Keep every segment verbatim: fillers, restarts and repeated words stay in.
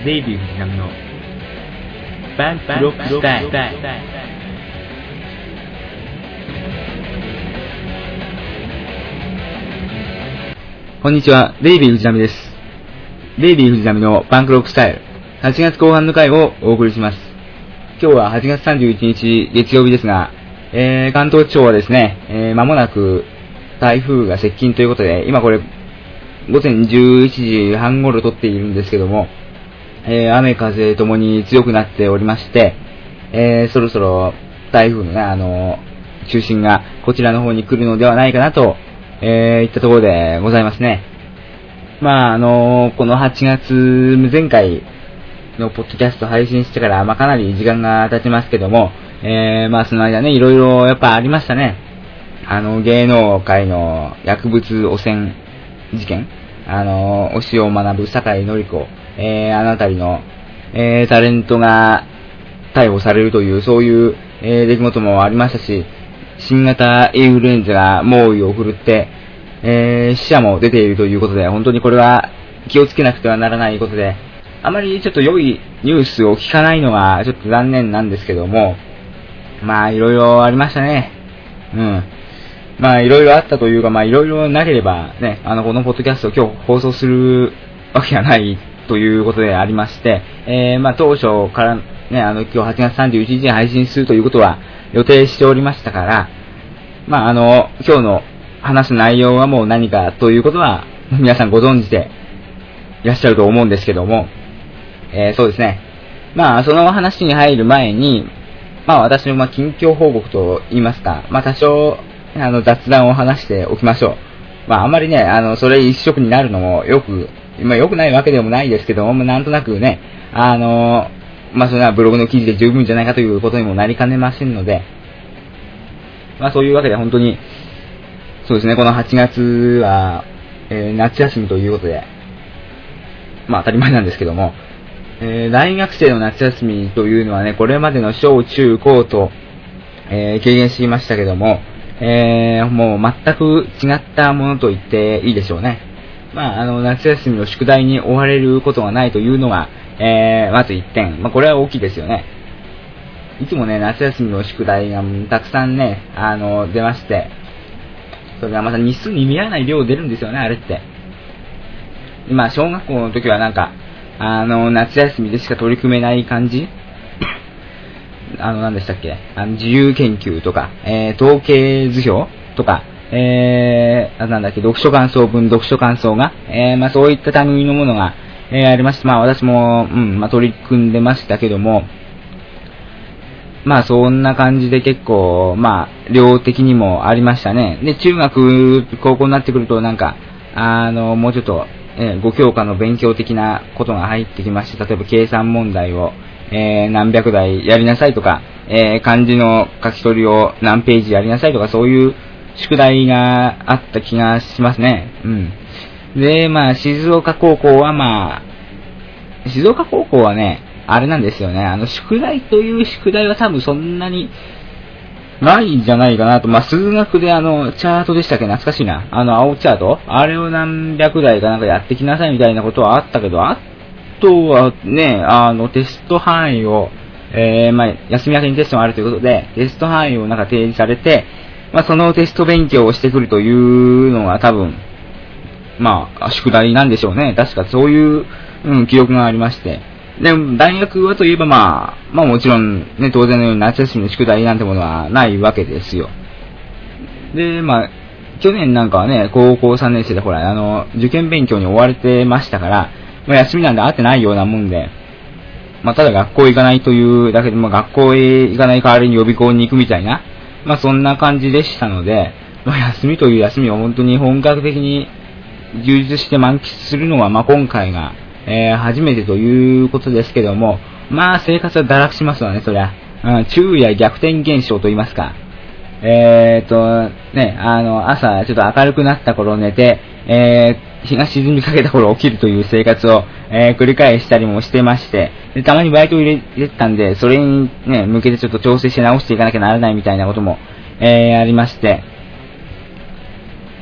デイビー藤波のバンクロックスタイル。こんにちは、デイビー藤波です。デイビー藤波のバンクロックスタイルはちがつこう半の回をお送りします。今日ははちがつさんじゅういちにち月曜日ですが、えー、関東地方はですね、えー、間もなく台風が接近ということで、今これ午前じゅういちじはん頃撮っているんですけども、えー、雨風ともに強くなっておりまして、えー、そろそろ台風のね、あのー、中心がこちらの方に来るのではないかなと、えー、いったところでございますね。まああのー、このはちがつ、前回のポッドキャスト配信してから、まあかなり時間が経ちますけども、えー、まあその間ね、いろいろやっぱありましたね。あの、芸能界の薬物汚染事件、あの、推しを学ぶ酒井紀子、えー、あのあたりの、えー、タレントが逮捕されるという、そういう、えー、出来事もありましたし、新型インフルエンザが猛威を振るって、えー、死者も出ているということで、本当にこれは気をつけなくてはならないことで、あまりちょっと良いニュースを聞かないのがちょっと残念なんですけども、まあいろいろありましたね。うん。まあいろいろあったというか、まあいろいろなければね、あのこのポッドキャストを今日放送するわけがないということでありまして、えー、まあ当初からね、あの今日はちがつさんじゅういちにちに配信するということは予定しておりましたから、まああの今日の話す内容はもう何かということは皆さんご存知でいらっしゃると思うんですけども、えー、そうですね。まあその話に入る前に、まあ私のまあ近況報告と言いますか、まあ多少あの雑談を話しておきましょう。まああまりね、あのそれ一色になるのもよく、まあ良くないわけでもないですけども、なんとなくね、あのまあそれはブログの記事で十分じゃないかということにもなりかねませんので、まあそういうわけで本当にそうですね、このはちがつは、えー、夏休みということで、まあ当たり前なんですけども、えー、大学生の夏休みというのはね、これまでの小中高と、えー、経験していましたけども、えー、もう全く違ったものと言っていいでしょうね。まああの夏休みの宿題に追われることがないというのが、えー、まず一点、まあこれは大きいですよね。いつもね、夏休みの宿題がたくさんね、あの出まして、それがまた日数に見合わない量出るんですよね、あれって。今小学校の時はなんかあの夏休みでしか取り組めない感じあの何でしたっけ、あの自由研究とか、えー、統計図表とか、えー、なんだっけ、読書感想文、読書感想が、えー、まあそういった類のものが、えー、ありまして、まあ私も、うん、まあ取り組んでましたけども、まあそんな感じで結構、まあ量的にもありましたね。で、中学、高校になってくるとなんか、あの、もうちょっと、えー、ご教科の勉強的なことが入ってきまして、例えば計算問題を、えー、何百台やりなさいとか、えー、漢字の書き取りを何ページやりなさいとか、そういう宿題があった気がしますね。うん。で、まあ静岡高校はまあ、静岡高校はね、あれなんですよね。あの、宿題という宿題は多分そんなにないんじゃないかなと。まあ、数学であの、チャートでしたっけ、懐かしいな。あの、青チャートあれを何百台かなんかやってきなさいみたいなことはあったけど、あとはね、あの、テスト範囲を、えー、まあ、休み明けにテストがあるということで、テスト範囲をなんか提示されて、まあ、そのテスト勉強をしてくるというのが多分、まあ、宿題なんでしょうね。確かそういう、うん、記憶がありまして。で、大学はといえばまあ、まあもちろんね、当然のように夏休みの宿題なんてものはないわけですよ。で、まあ、去年なんかはね、高校さんねん生でほら、あの、受験勉強に追われてましたから、まあ休みなんで会ってないようなもんで、まあただ学校行かないというだけで、まあ学校へ行かない代わりに予備校に行くみたいな、まあそんな感じでしたので、まあ休みという休みを本当に本格的に充実して満喫するのは、まあ今回が、えー、初めてということですけども、まあ生活は堕落しますわね、そりゃ。うん、昼夜逆転現象と言いますか。えーと、ね、あの、朝ちょっと明るくなった頃寝て、えー、日が沈みかけた頃起きるという生活を、えー、繰り返したりもしてまして、でたまにバイトを入れ入れてたんで、それにね、向けてちょっと調整して直していかなきゃならないみたいなことも、えー、ありまして、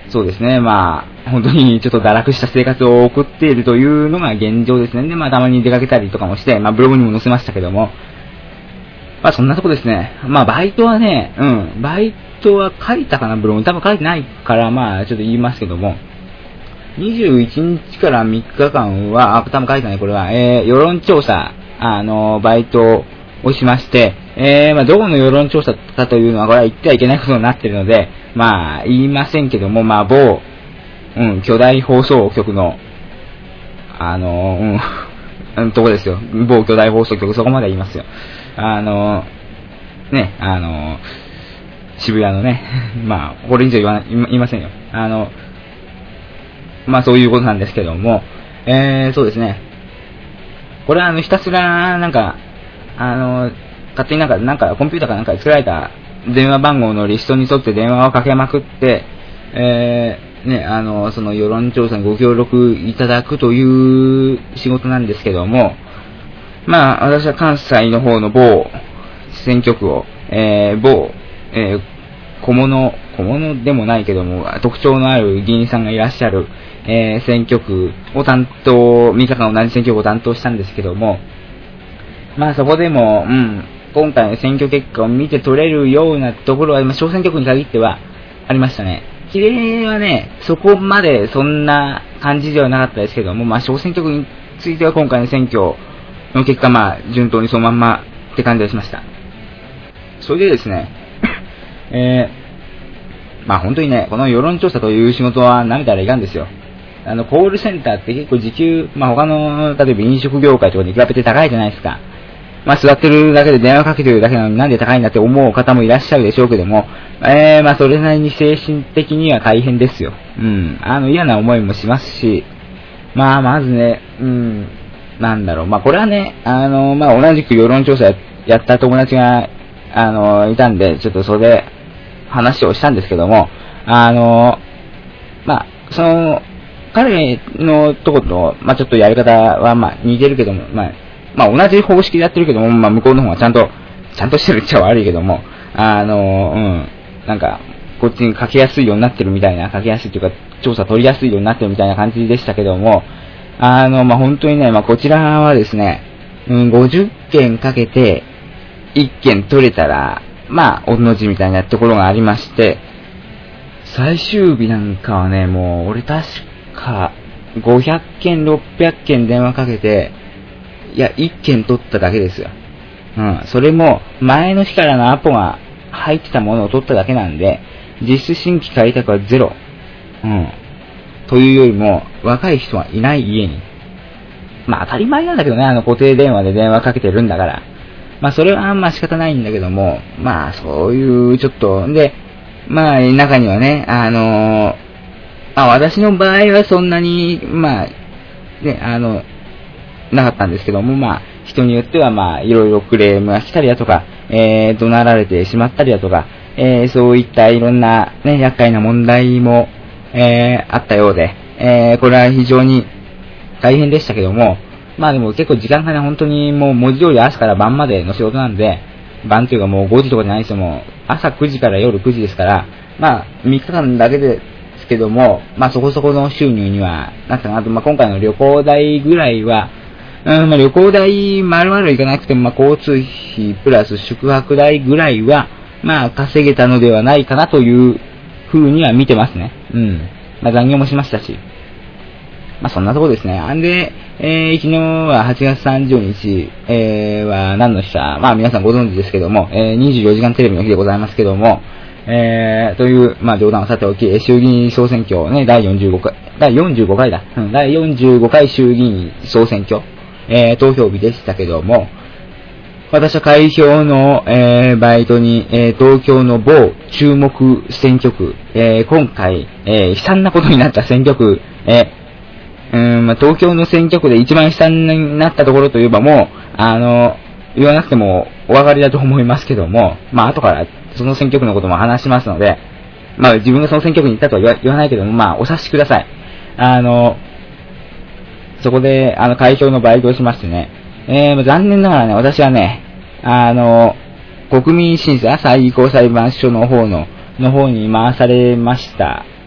そうですね、まあ、本当にちょっと堕落した生活を送っているというのが現状ですね。で、まあ、たまに出かけたりとかもして、まあ、ブログにも載せましたけども、まあ、そんなとこですね。まあ、バイトはね、うん、バイトは書いたかな、ブログに。多分書いてないから、まあ、ちょっと言いますけども、にじゅういちにちからみっかかんは、あ、多分書いてない、これは、えー、世論調査、あの、バイトをしまして、えー、まあ、どこの世論調査かというのは、これは言ってはいけないことになっているので、まあ、言いませんけども、まあ、某、うん、巨大放送局の、あの、うん、とこですよ。某巨大放送局、そこまで言いますよ。あの、ね、あの、渋谷のね、まあ、これ以上言わない、言いませんよ。あの、まあ、そういうことなんですけども、えー、そうですね。これは、あの、ひたすら、なんか、あの、勝手になんか、なんか、コンピューターかなんかで作られた電話番号のリストに沿って電話をかけまくって、えー、ね、あの、その世論調査にご協力いただくという仕事なんですけども、まあ、私は関西の方の某選挙区を、えー、某、えー、小物、小物でもないけども、特徴のある議員さんがいらっしゃる、えー、選挙区を担当、みっかかん同じ選挙区を担当したんですけども、まあそこでも、うん、今回の選挙結果を見て取れるようなところは、今、小選挙区に限ってはありましたね。比例はね、そこまでそんな感じではなかったですけども、まあ小選挙区については今回の選挙の結果、まあ順当にそのまんまって感じがしました。それでですね、えー、まあ本当にね、この世論調査という仕事は舐めたらいかんですよ。あの、コールセンターって結構時給、まあ他の、例えば飲食業界とかに比べて高いじゃないですか。まあ座ってるだけで電話かけてるだけなのになんで高いんだって思う方もいらっしゃるでしょうけども、えー、まあそれなりに精神的には大変ですよ。うん。あの嫌な思いもしますし、まあまずね、うん、なんだろう、まあこれはね、あの、まあ同じく世論調査やった友達が、あの、いたんで、ちょっとそれで話をしたんですけども、あの、まあ、その、彼のとこと、まあちょっとやり方はまあ似てるけども、まあ、まあ同じ方式でやってるけども、まあ向こうの方がちゃんと、ちゃんとしてるっちゃ悪いけども、あの、うん、なんか、こっちに書きやすいようになってるみたいな、書きやすいというか、調査取りやすいようになってるみたいな感じでしたけども、あの、まあ本当にね、まあこちらはですね、うん、ごじゅっけんかけて、いっけん取れたら、まあ、おの字みたいなところがありまして、最終日なんかはね、もう、俺確か、ごひゃっけん、ろっぴゃっけん電話かけて、いや、いっけん取っただけですよ。うん。それも、前の日からのアポが入ってたものを取っただけなんで、実質新規開拓はゼロ。うん。というよりも、若い人がいない家に。まあ、当たり前なんだけどね、あの固定電話で電話かけてるんだから。まあ、それはあんま仕方ないんだけども、まあ、そういう、ちょっと、で、まあ、中にはね、あのー、あ、私の場合はそんなに、まあ、ね、あの、なかったんですけども、まあ、人によっては、まあ、いろいろクレームが来たりだとか、えー、怒鳴られてしまったりだとか、えー、そういったいろんな、ね、厄介な問題も、えー、あったようで、えー、これは非常に大変でしたけども、まあでも結構時間がね、本当にもう文字通り朝から晩までの仕事なんで、晩というかもうごじとかじゃないですよ、もう朝くじから夜くじですから、まあみっかかんだけですけども、まあそこそこの収入にはなったかなと、まあ今回の旅行代ぐらいは、うん、まあ旅行代丸々いかなくても、まあ交通費プラス宿泊代ぐらいは、まあ稼げたのではないかなという風には見てますね。うん。まあ残業もしましたし。まあそんなとこですね。あんで、えー、昨日ははちがつさんじゅうにち、えー、は何の日か、まあ皆さんご存知ですけども、えー、にじゅうよじかんテレビの日でございますけども、えー、という、まあ冗談をさておき、衆議院総選挙ね、だいよんじゅうごかい、だいよんじゅうごかいだ、うん、だいよんじゅうごかい衆議院総選挙、えー、投票日でしたけども、私は開票の、えー、バイトに、えー、東京の某注目選挙区、えー、今回、えー、悲惨なことになった選挙区、えーうーん、まあ、東京の選挙区で一番悲惨になったところといえばもう、あの、言わなくてもお分かりだと思いますけども、まあ、後からその選挙区のことも話しますので、まあ、自分がその選挙区に行ったとは言わ、言わないけども、まあ、お察しください。あの、そこで、あの、開票のバイトをしましてね、えー、残念ながらね、私はね、あの、国民審査、最高裁判所の方の、の方に回されました。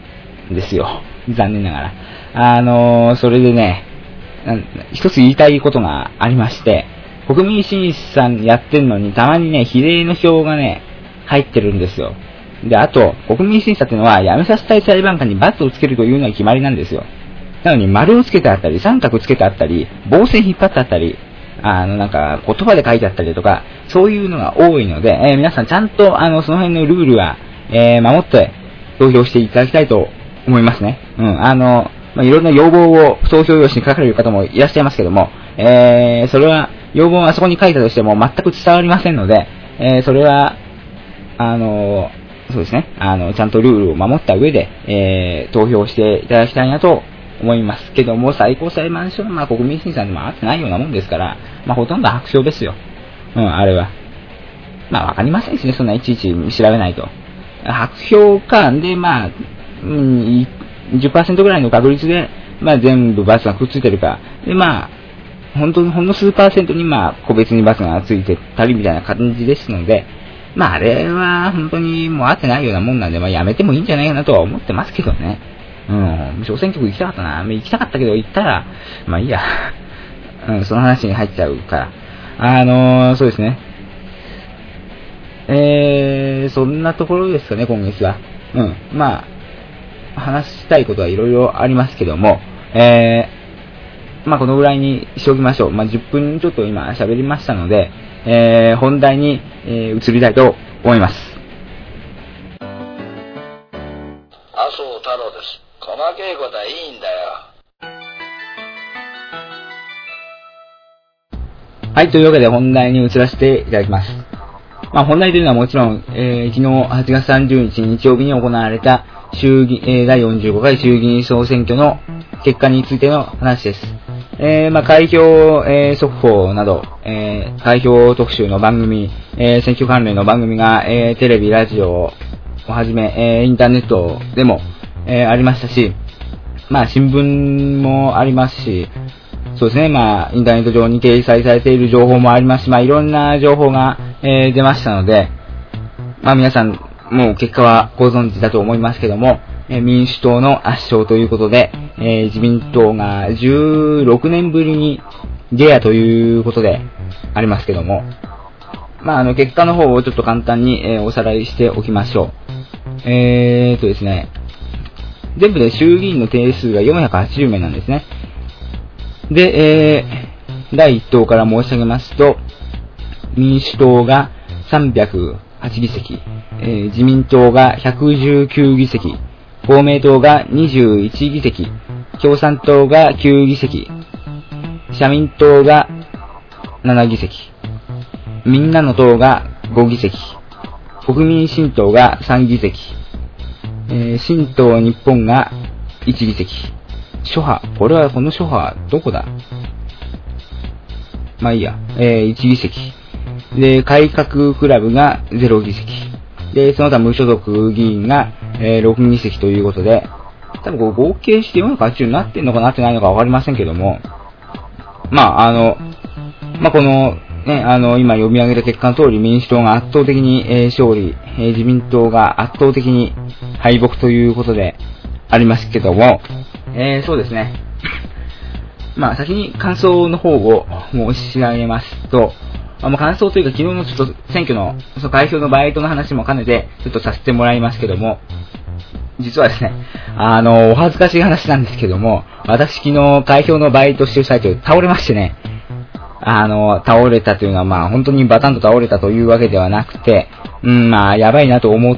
んですよ。残念ながら。あのー、それでね、一つ言いたいことがありまして、国民審査やってんのにたまにね、比例の票がね、入ってるんですよ。で、あと、国民審査っていうのは、辞めさせたい裁判官に罰をつけるというのが決まりなんですよ。なのに、丸をつけてあったり、三角つけてあったり、棒線引っ張ってあったり、あの、なんか、言葉で書いてあったりとか、そういうのが多いので、えー、皆さんちゃんと、あの、その辺のルールは、えー、守って投票していただきたいと思いますね。うん、あの、まあ、いろんな要望を投票用紙に書かれる方もいらっしゃいますけども、えー、それは、要望はあそこに書いたとしても全く伝わりませんので、えー、それは、あの、そうですね、あの、ちゃんとルールを守った上で、えー、投票していただきたいなと思いますけども、最高裁判所の、まあ、国民審査でも合ってないようなもんですから、まあ、ほとんど白票ですよ。うん、あれは。まあ、わかりませんしね、そんないちいち調べないと。白票か、で、まあ、うん、じゅっパーセント ぐらいの確率で、まあ、全部バツがくっついてるか。で、まあ、本当にほんの数パーセントに、まあ、個別にバツがついてたりみたいな感じですので、まあ、あれは本当にもう合ってないようなもんなんで、まあ、やめてもいいんじゃないかなとは思ってますけどね。うん、小選挙区行きたかったな。行きたかったけど行ったら、まあいいや。うん、その話に入っちゃうから。あのー、そうですね。えー、そんなところですかね、今月は。うん、まあ、話したいことはいろいろありますけども、えー、まあこのぐらいにしておきましょう。まあじゅっぷんちょっと今喋りましたので、えー、本題に、えー、移りたいと思います。 麻生太郎です。細けいことはいいんだよ。 はい、というわけで本題に移らせていただきます。まあ本題というのはもちろん、えー、昨日はちがつさんじゅうにち日曜日に行われた衆議、えー、だいよんじゅうごかい衆議院総選挙の結果についての話です。えー、まあ開票、えー、速報など、えー、開票特集の番組、えー、選挙関連の番組が、えー、テレビ、ラジオをはじめ、えー、インターネットでも、えー、ありましたし、まあ新聞もありますし、そうですね、まあインターネット上に掲載されている情報もありますし、まあいろんな情報が、えー、出ましたので、まあ皆さんもう結果はご存知だと思いますけども、えー、民主党の圧勝ということで、えー、自民党がじゅうろくねんぶりにゲアということでありますけども、まああの結果の方をちょっと簡単に、えー、おさらいしておきましょう。えーとですね、全部で衆議院の定数がよんひゃくはちじゅうめいなんですね。で、えー、だいいっ党から申し上げますと、民主党がさんびゃくはちぎせき、えー、自民党がひゃくじゅうきゅうぎせき、公明党がにじゅういちぎせき、共産党がきゅうぎせき、社民党がななぎせき、みんなの党がごぎせき、国民新党がさんぎせき、えー、新党日本がいちぎせき、諸派、これはこの諸派どこだ？まあいいや、えー、いちぎせき。で、改革クラブがゼロぎせき。で、その他無所属議員が、えー、ろくぎせきということで、多分こう合計してよんひゃくはちじゅうになってんのかなってないのかわかりませんけども、まああの、まあこの、ね、あの、今読み上げた結果の通り民主党が圧倒的に、えー、勝利、えー、自民党が圧倒的に敗北ということでありますけども、えー、そうですね。まあ先に感想の方を申し上げますと、まあ、感想というか昨日のちょっと選挙のその開票のバイトの話も兼ねてちょっとさせてもらいますけども、実はですね、あの、お恥ずかしい話なんですけども、私昨日開票のバイトしてる最中倒れましてね、あの、倒れたというのはまあ本当にバタンと倒れたというわけではなくて、うん、まあやばいなと思って、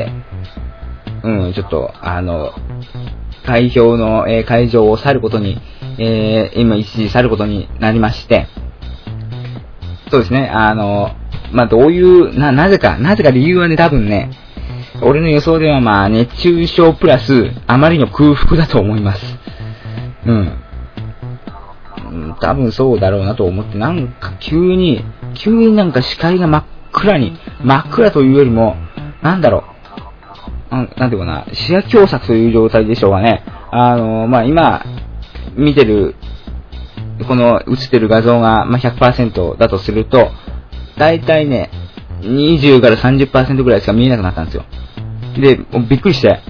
うん、ちょっと、あの、開票の、えー、会場を去ることに、えー、今一時去ることになりまして、そうですね、あの、まあ、どういう、な、なぜか、なぜか理由はね、多分ね、俺の予想ではまあ、熱中症プラス、あまりの空腹だと思います。うん。多分そうだろうなと思って、なんか急に、急になんか視界が真っ暗に、真っ暗というよりも、なんだろう、なんていうかな、視野狭窄という状態でしょうかね。あの、まあ、今、見てる、この映ってる画像が、まあ、ひゃくパーセント だとすると、だいたいね、にじゅうからさんじゅっパーセント ぐらいしか見えなくなったんですよ。で、びっくりして、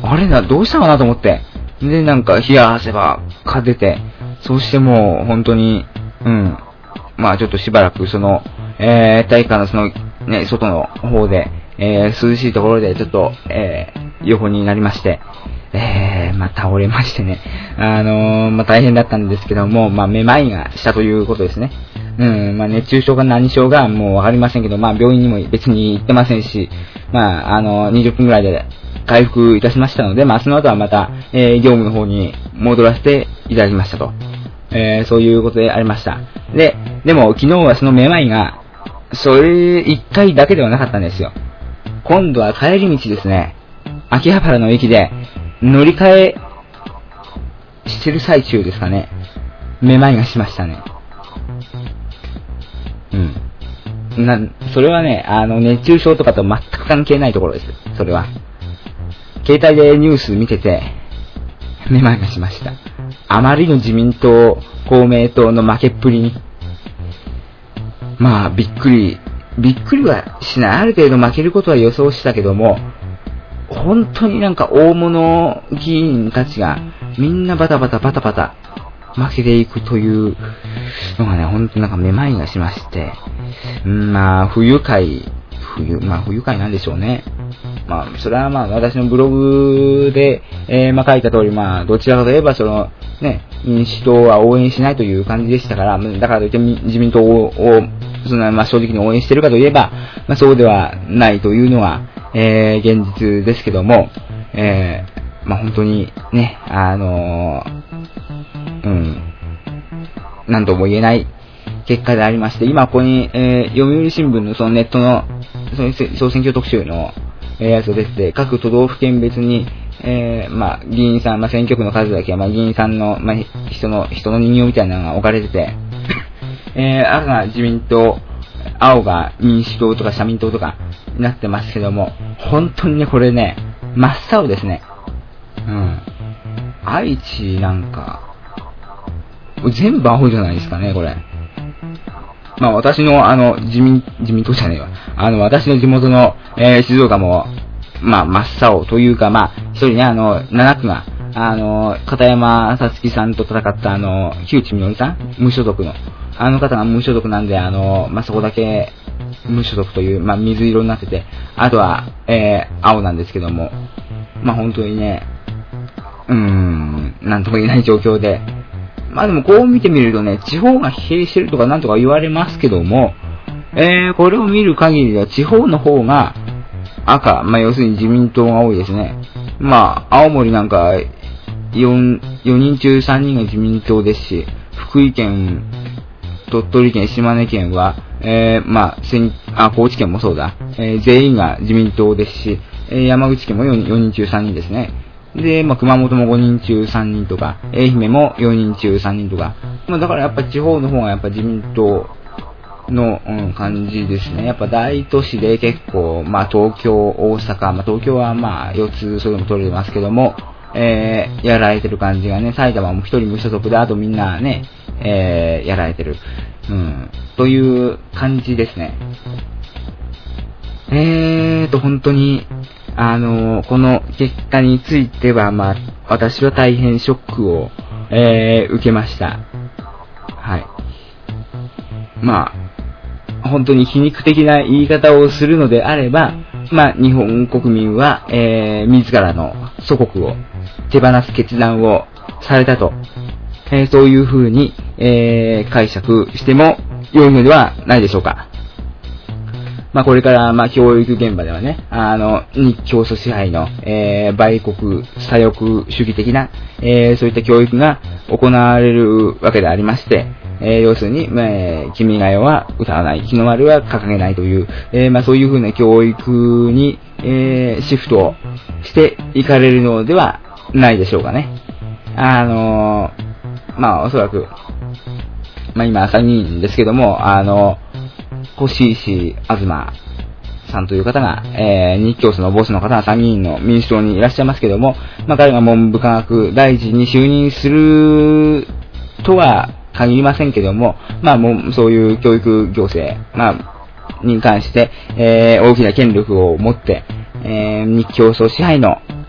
あれだ、どうしたかなと思って。で、なんか、冷や汗ばっか出て、そしてもう、本当に、うん。まあちょっとしばらく、その、えー、体育館のその、ね、外の方で、えー、涼しいところで、ちょっと、えー、横になりまして、えー、まあ倒れましてね。あのー、まあ大変だったんですけども、まあめまいがしたということですね。うん、まあ熱中症か何症がもうわかりませんけど、まあ病院にも別に行ってませんし、まああのー、にじゅっぷんくらいで回復いたしましたので、まあその後はまた、えー、業務の方に戻らせていただきましたと。えー、そういうことでありました。で、でも昨日はそのめまいが、それ一回だけではなかったんですよ。今度は帰り道ですね。秋葉原の駅で乗り換えしてる最中ですかね。めまいがしましたね。うん。な、それはね、あの、熱中症とかと全く関係ないところです。それは。携帯でニュース見てて、めまいがしました。あまりの自民党、公明党の負けっぷりに。まあ、びっくり、びっくりはしない。ある程度負けることは予想したけども、本当になんか大物議員たちがみんなバタバタバタバタ負けていくというのがね、本当になんかめまいがしまして、うん、まあ、不愉快、冬、まあ不愉快なんでしょうね。まあ、それはまあ私のブログで、えー、まあ書いた通り、まあどちらかといえばその、ね、民主党は応援しないという感じでしたから、だからといって自民党を、そのまあ正直に応援しているかといえば、まあそうではないというのは、えー、現実ですけども、えー、まあ本当にね、あのー、うん、なんとも言えない結果でありまして、今ここに、えー、読売新聞のそのネットのその総選挙特集の、えー、やつが出てて、各都道府県別に、えー、まあ議員さん、まあ選挙区の数だけは、まあ議員さんの、まあ人の、人の人形みたいなのが置かれてて、えー、赤が自民党、青が民主党とか社民党とかになってますけども、本当にね、これね、真っ青ですね。うん。愛知なんか、全部青じゃないですかね、これ。まあ私のあの、自民、自民党じゃねえわ。あの、私の地元の、えー、静岡も、まあ真っ青というか、まあ、一人ね、あの、なな区が、あの、片山さつきさんと戦ったあの、木内みのりさん無所属の。あの方が無所属なんで、あの、まあ、そこだけ無所属という、まあ、水色になってて、あとは、えー、青なんですけども、まあ、本当にね、うーん、なんとも言えない状況で、まあ、でもこう見てみるとね、地方が疲弊してるとかなんとか言われますけども、えー、これを見る限りでは地方の方が赤、まあ、要するに自民党が多いですね。まあ、青森なんかよん、よにん中さんにんが自民党ですし、福井県、鳥取県、島根県は、えー、まあ、あ、高知県もそうだ、えー、全員が自民党ですし、えー、山口県も 4, よにん中さんにんですね。で、まあ、熊本もごにん中さんにんとか、愛媛もよにん中さんにんとか、まあ、だからやっぱ地方の方がやっぱ自民党の、うん、感じですね。やっぱ大都市で結構、まあ、東京、大阪、まあ、東京はまあ、よっつそれも取れてますけども、えー、やられてる感じがね、埼玉も一人無所属で、あとみんなね、えー、やられてる。うん。という感じですね。えーと、本当に、あのー、この結果については、まあ、私は大変ショックを、えー、受けました。はい。まあ、本当に皮肉的な言い方をするのであれば、まあ、日本国民は、えー、自らの祖国を手放す決断をされたと、えー、そういう風に、えー、解釈しても良いのではないでしょうか。まあ、これから、まあ、教育現場ではね、あの、日教祖支配の、えー、売国、左翼主義的な、えー、そういった教育が行われるわけでありまして、えー、要するに、えー、君が代は歌わない、日の丸は掲げないという、えー、まあ、そういう風な教育に、えー、シフトしていかれるのではないでしょうかね。あのー、まあ、おそらく、まあ、今さんにんですけども、あのー、越石東さんという方が、えー、日教祖のボスの方が参議院の民主党にいらっしゃいますけども、まあ、彼が文部科学大臣に就任するとは限りませんけども、まあ、もうそういう教育行政、まあ、に関して、えー、大きな権力を持って、えー、日教祖支配の、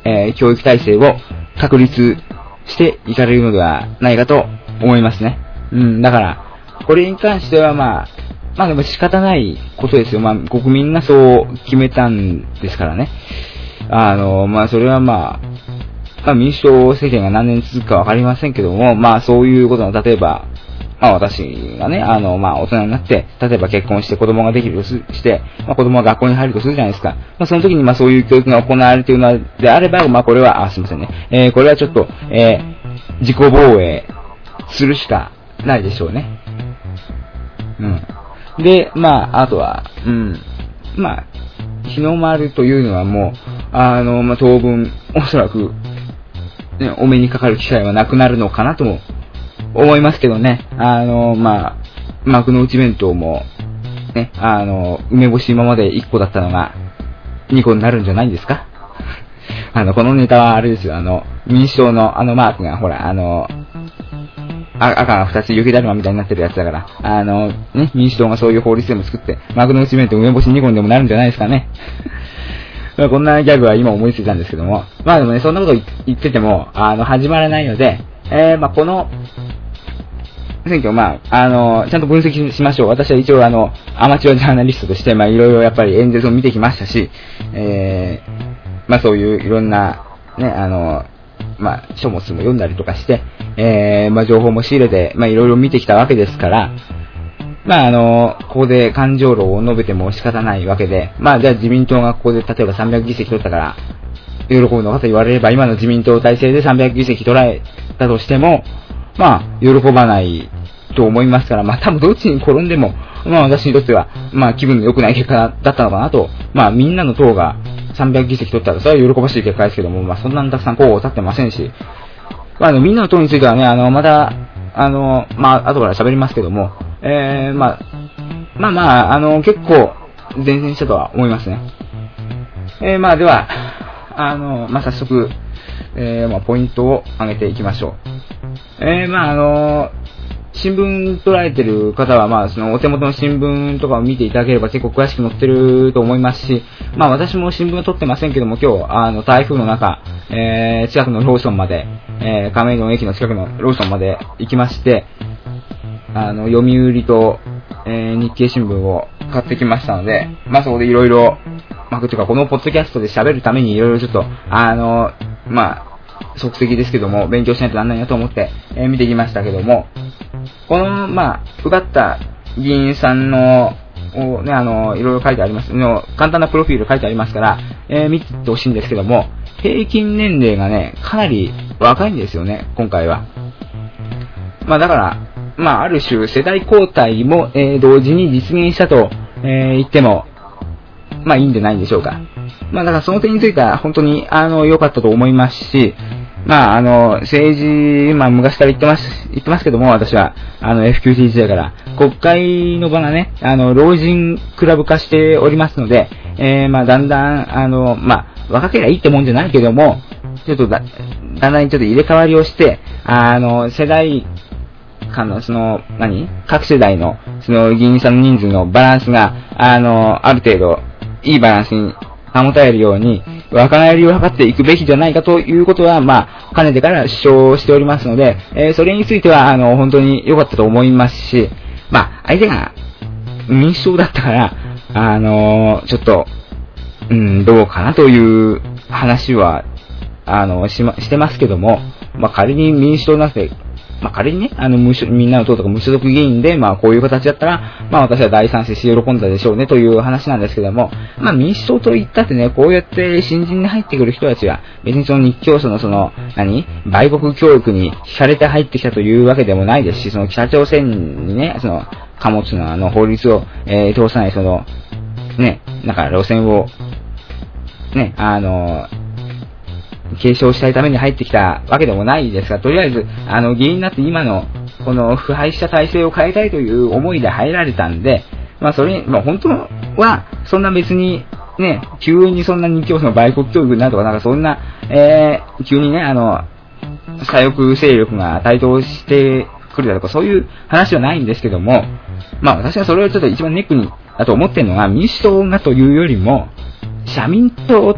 えー、教育体制を確立していかれるのではないかと思いますね。うん、だから、これに関してはまあ、まあでも仕方ないことですよ。まあ国民がそう決めたんですからね。あの、まあそれはまあ、まあ民主党政権が何年続くかわかりませんけども、まあそういうことの、例えば、まあ私がね、あの、まあ大人になって、例えば結婚して子供ができるとして、まあ子供が学校に入るとするじゃないですか。まあその時にまあそういう教育が行われているのであれば、まあこれは、あ、すいませんね。えー、これはちょっと、えー、自己防衛するしかないでしょうね。うん。で、まあ、あとは、うん。まあ、日の丸というのはもう、あの、まあ当分、おそらく、ね、お目にかかる機会はなくなるのかなとも思いますけどね。あの、まあ、幕の内弁当も、ね、あの、梅干し今までいっこだったのが、にこになるんじゃないんですか？あの、このネタはあれですよ、あの、民主党のあのマークが、ほら、あの、赤がふたつ雪だるまみたいになってるやつだから、あの、ね、民主党がそういう法律でも作って、幕の内弁当梅干しにこにでもなるんじゃないですかね。まあこんなギャグは今思いついたんですけども、まあでもね、そんなこと言ってても、あの、始まらないので、えー、まあこの、選挙、まあ、あの、ちゃんと分析しましょう。私は一応、あの、アマチュアジャーナリストとして、まあ、いろいろやっぱり演説を見てきましたし、えー、まあ、そういういろんな、ね、あの、まあ、書物も読んだりとかして、えー、まあ、情報も仕入れて、まあ、いろいろ見てきたわけですから、まあ、あの、ここで感情論を述べても仕方ないわけで、まあ、じゃあ自民党がここで例えばさんびゃくぎせき取ったから、喜ぶのかと言われれば、今の自民党体制でさんびゃくぎせき取られたとしても、まあ、喜ばないと思いますから、まあ、多分どっちに転んでも、まあ、私にとっては、まあ、気分の良くない結果だったのかなと、まあ、みんなの党がさんびゃくぎせき取ったら、それは喜ばしい結果ですけども、まあ、そんなにたくさん候補を立ってませんし、まあ、あの、みんなの党についてはね、あの、また、あの、まあ、後から喋りますけども、えー、まあ、まあまあ、あの、結構、前線したとは思いますね。えー、まあ、では、あの、まあ、早速、えー、まあ、ポイントを上げていきましょう。えー、まあ、あの、新聞捉えてる方は、まあ、そのお手元の新聞とかを見ていただければ結構詳しく載ってると思いますし、まあ、私も新聞を取ってませんけども、今日、あの、台風の中、えー、近くのローソンまで、えー、亀戸駅の近くのローソンまで行きまして、あの、読売と、えー、日経新聞を買ってきましたので、まあ、そこでいろいろ、まあ、というか、このポッドキャストで喋るためにいろいろちょっと、あの、まあ、即席ですけども、勉強しないとなんないなと思って、えー、見てきましたけども、この、まあ、受かった議員さんの、をね、あの、いろいろ書いてありますの、簡単なプロフィール書いてありますから、えー、見てほしいんですけども、平均年齢がね、かなり若いんですよね、今回は。まあ、だから、まあ、ある種、世代交代も、えー、同時に実現したと、えー、言っても、まあ、いいんじゃないでしょうか。まあ、だからその点については、本当に、あの、良かったと思いますし、まあ、あの、政治、まあ、昔から言ってます、言ってますけども、私は、あの、エフキューティー 時代から、国会の場がね、あの、老人クラブ化しておりますので、えー、まあ、だんだん、あの、まあ、若ければいいってもんじゃないけども、ちょっとだ、だんだんちょっと入れ替わりをして、あの、世代間の、その、何？各世代の、その、議員さんの人数のバランスが、あの、ある程度、いいバランスに保たれるように、若返りを図っていくべきじゃないかということは、まあ、かねてから主張しておりますので、えー、それについては、あの、本当に良かったと思いますし、まあ、相手が民主党だったから、あのー、ちょっと、うん、どうかなという話は、あの、しま、してますけども、まあ、仮に民主党なくて、まあ、仮にね、あの、無所、みんなの党とか無所属議員で、まあ、こういう形だったら、まあ、私は大賛成して喜んだでしょうね、という話なんですけども、まあ、民主党と言ったってね、こうやって新人に入ってくる人たちは、別にその日教組のその、何？売国教育に惹かれて入ってきたというわけでもないですし、その北朝鮮にね、その、貨物のあの、法律を、えー、通さない、その、ね、なんか路線を、ね、あの、継承したいために入ってきたわけでもないですが、とりあえず、あの、議員になって今の、この腐敗した体制を変えたいという思いで入られたんで、まあそれ、まあ本当は、そんな別に、ね、急にそんな日教組の売国教育になるとか、なんかそんな、えー、急にね、あの、左翼勢力が台頭してくるだとか、そういう話はないんですけども、まあ私はそれをちょっと一番ネックに、だと思ってるのが、民主党がというよりも、社民党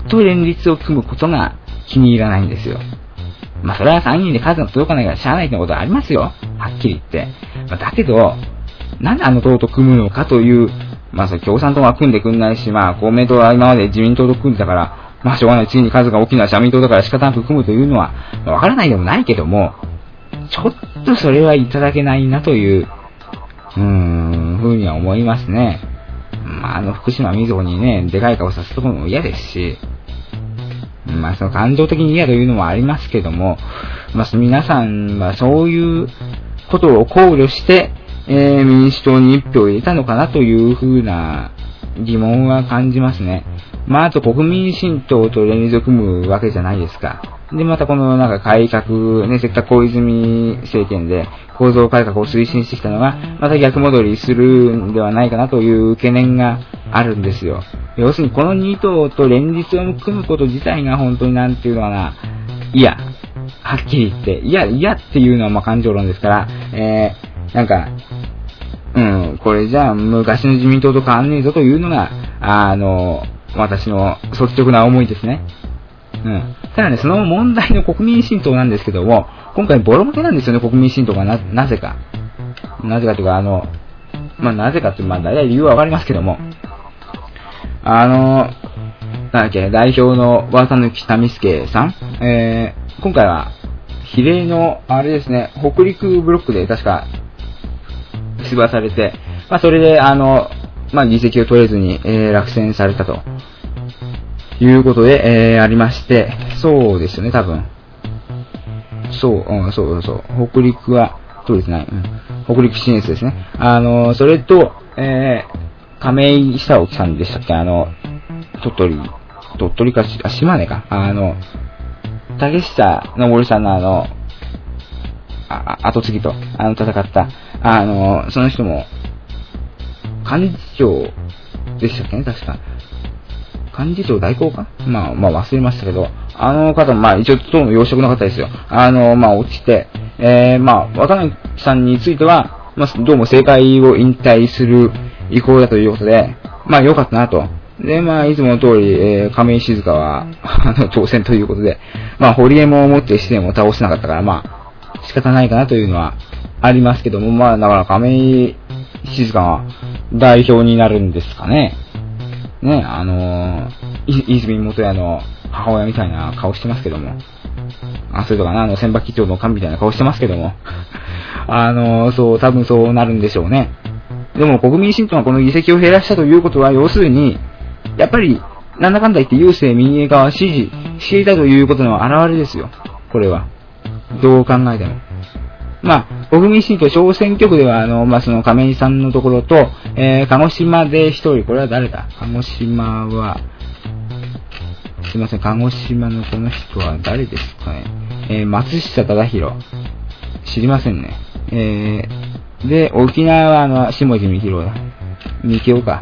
と連立を組むことが気に入らないんですよ。まあそれは参議院で数が届かないからしゃあないってことはありますよ。はっきり言って。まあ、だけど、なんであの党と組むのかという、まあそれ共産党は組んでくんないし、まあ公明党は今まで自民党と組んでたから、まあしょうがない。次に数が大きな社民党だから仕方なく組むというのは、まあ、わからないでもないけども、ちょっとそれはいただけないなという、うーん、ふうには思いますね。まああの福島みずほにね、でかい顔させとくのも嫌ですし、まあその感情的に嫌というのもありますけども、まあ皆さんはそういうことを考慮して、えー、民主党に一票を入れたのかなというふうな疑問は感じますね。まああと国民新党と連立を組むわけじゃないですか。でまたこのなんか改革、ね、せっかく小泉政権で構造改革を推進してきたのが、また逆戻りするんではないかなという懸念があるんですよ。要するにこのに党と連立を組むこと自体が本当になんていうのかな、いや、はっきり言って、いや、いやっていうのはまあ感情論ですから、えー、なんか、うん、これじゃあ昔の自民党と変わんねえぞというのが、あの、私の率直な思いですね。うん。ただね、その問題の国民新党なんですけども、今回ボロ負けなんですよね、国民新党がな、なぜか。なぜかというか、あの、まあ、なぜかって、まあ、大体理由はわかりますけども、あの、なんだっけ、代表の綿貫民介さん、えー、今回は、比例の、あれですね、北陸ブロックで確か、出馬されて、まあ、それで、あの、まあ、議席を取れずに、えー、落選されたと。いうことで、えー、ありまして、そうですよね、多分。そう、うん、そうそう。北陸は、そうですね、うん。北陸新越ですね。あの、それと、えー、亀井久興さんでしたっけ、あの、鳥取、鳥取か、あ、島根か。あの、竹下登さんのあの、あ、後継ぎと、あの、戦った、あの、その人も、幹事長でしたっけね、確か。幹事長代行かまあ、まあ忘れましたけど、あの方も、まあ一応党の要職の方ですよ。あの、まあ落ちて、えー、まあ、若菜さんについては、まあ、どうも政界を引退する意向だということで、まあ良かったなと。で、まあ、いつもの通り、えー、亀井静香は、あの、当選ということで、まあ、堀江も持って視線を倒せなかったから、まあ、仕方ないかなというのはありますけども、まあ、だから亀井静香が代表になるんですかね。ね、あのー、泉元也の母親みたいな顔してますけども。あ、それとかな、あの、千葉基調の官みたいな顔してますけども。あのー、そう、多分そうなるんでしょうね。でも、国民新党がこの議席を減らしたということは、要するに、やっぱり、なんだかんだ言って郵政民営化は支持していたということの表れですよ。これは。どう考えても。まあ、国民新党小選挙区では、あの、まあ、その亀井さんのところと、えー、鹿児島で一人、これは誰だ鹿児島は、すいません、鹿児島のこの人は誰ですかね。えー、松下忠弘。知りませんね。えー、で、沖縄は、あの、下地幹郎だ。幹夫か。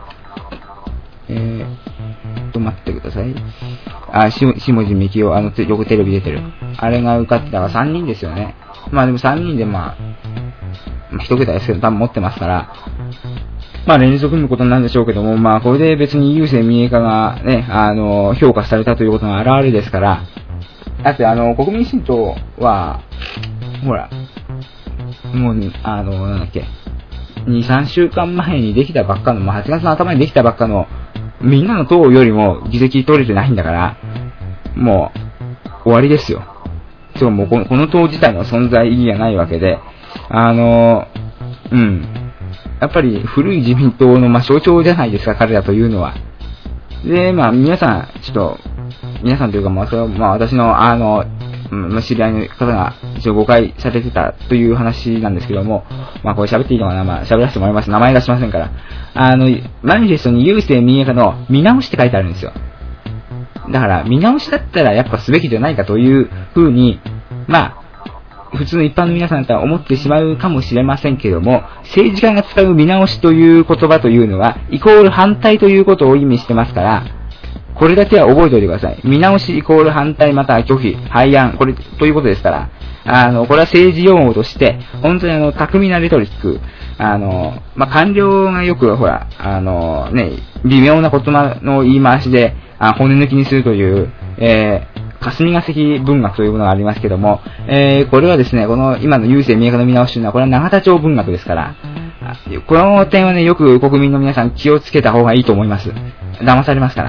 えー、と、待ってください。あ、下地幹夫、あの、よくテレビ出てる。あれが受かってたからさんにんですよね。まあでもさんにんでまあ、まあ、一桁ですけど多分持ってますから、まあ連続組むことになるんでしょうけども、まあこれで別に郵政民営化がね、あの、評価されたということの表れですから、だってあの、国民新党は、ほら、もう、あの、なんだっけ、に、さんしゅうかんまえにできたばっかの、まあはちがつの頭にできたばっかの、みんなの党よりも議席取れてないんだから、もう、終わりですよ。そう、もうこの、この党自体の存在意義がないわけで、あの、うん。やっぱり古い自民党の、まあ、象徴じゃないですか、彼らというのは。で、まあ、皆さん、ちょっと、皆さんというか、まあ、それは、まあ、私の、あの、うん、知り合いの方が、一応誤解されてたという話なんですけども、まあ、これ喋っていいのかな、まあ、喋らせてもらいます。名前出しませんから。あの、マニフェストに郵政民営化の見直しって書いてあるんですよ。だから、見直しだったらやっぱすべきじゃないかという風に、まあ、普通の一般の皆さんだったら思ってしまうかもしれませんけども、政治家が使う見直しという言葉というのは、イコール反対ということを意味してますから、 これだけは覚えておいてください。見直しイコール反対または拒否、廃案、これ、ということですから、あの、これは政治用語として、本当にあの、巧みなレトリック、あの、まあ、官僚がよく、ほら、あの、ね、微妙な言葉の言い回しで、あ骨抜きにするという、えー、霞が関文学というものがありますけども、えー、これはですね、この今の郵政民営化の見直しというのは、これは永田町文学ですから、この点はね、よく国民の皆さん気をつけた方がいいと思います。騙されますから。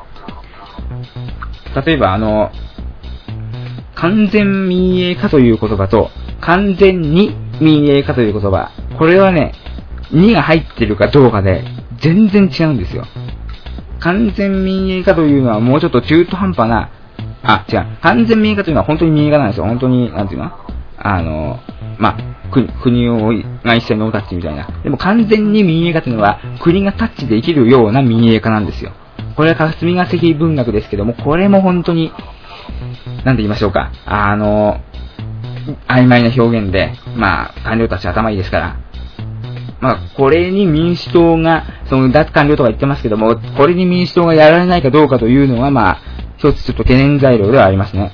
例えば、あの、完全民営化という言葉と、完全に民営化という言葉、これはね、にが入ってるかどうかで、全然違うんですよ。完全民営化というのはもうちょっと中途半端な、あ、違う、完全民営化というのは本当に民営化なんですよ。本当に、なんていうのあの、まあ、国、国を、が一切ノータッチみたいな。でも完全に民営化というのは、国がタッチできるような民営化なんですよ。これは霞が関文学ですけども、これも本当に、なんて言いましょうか。あの、曖昧な表現で、まあ、官僚たち頭いいですから、まあ、これに民主党が、その脱官僚とか言ってますけども、これに民主党がやられないかどうかというのが、まあ、一つちょっと懸念材料ではありますね。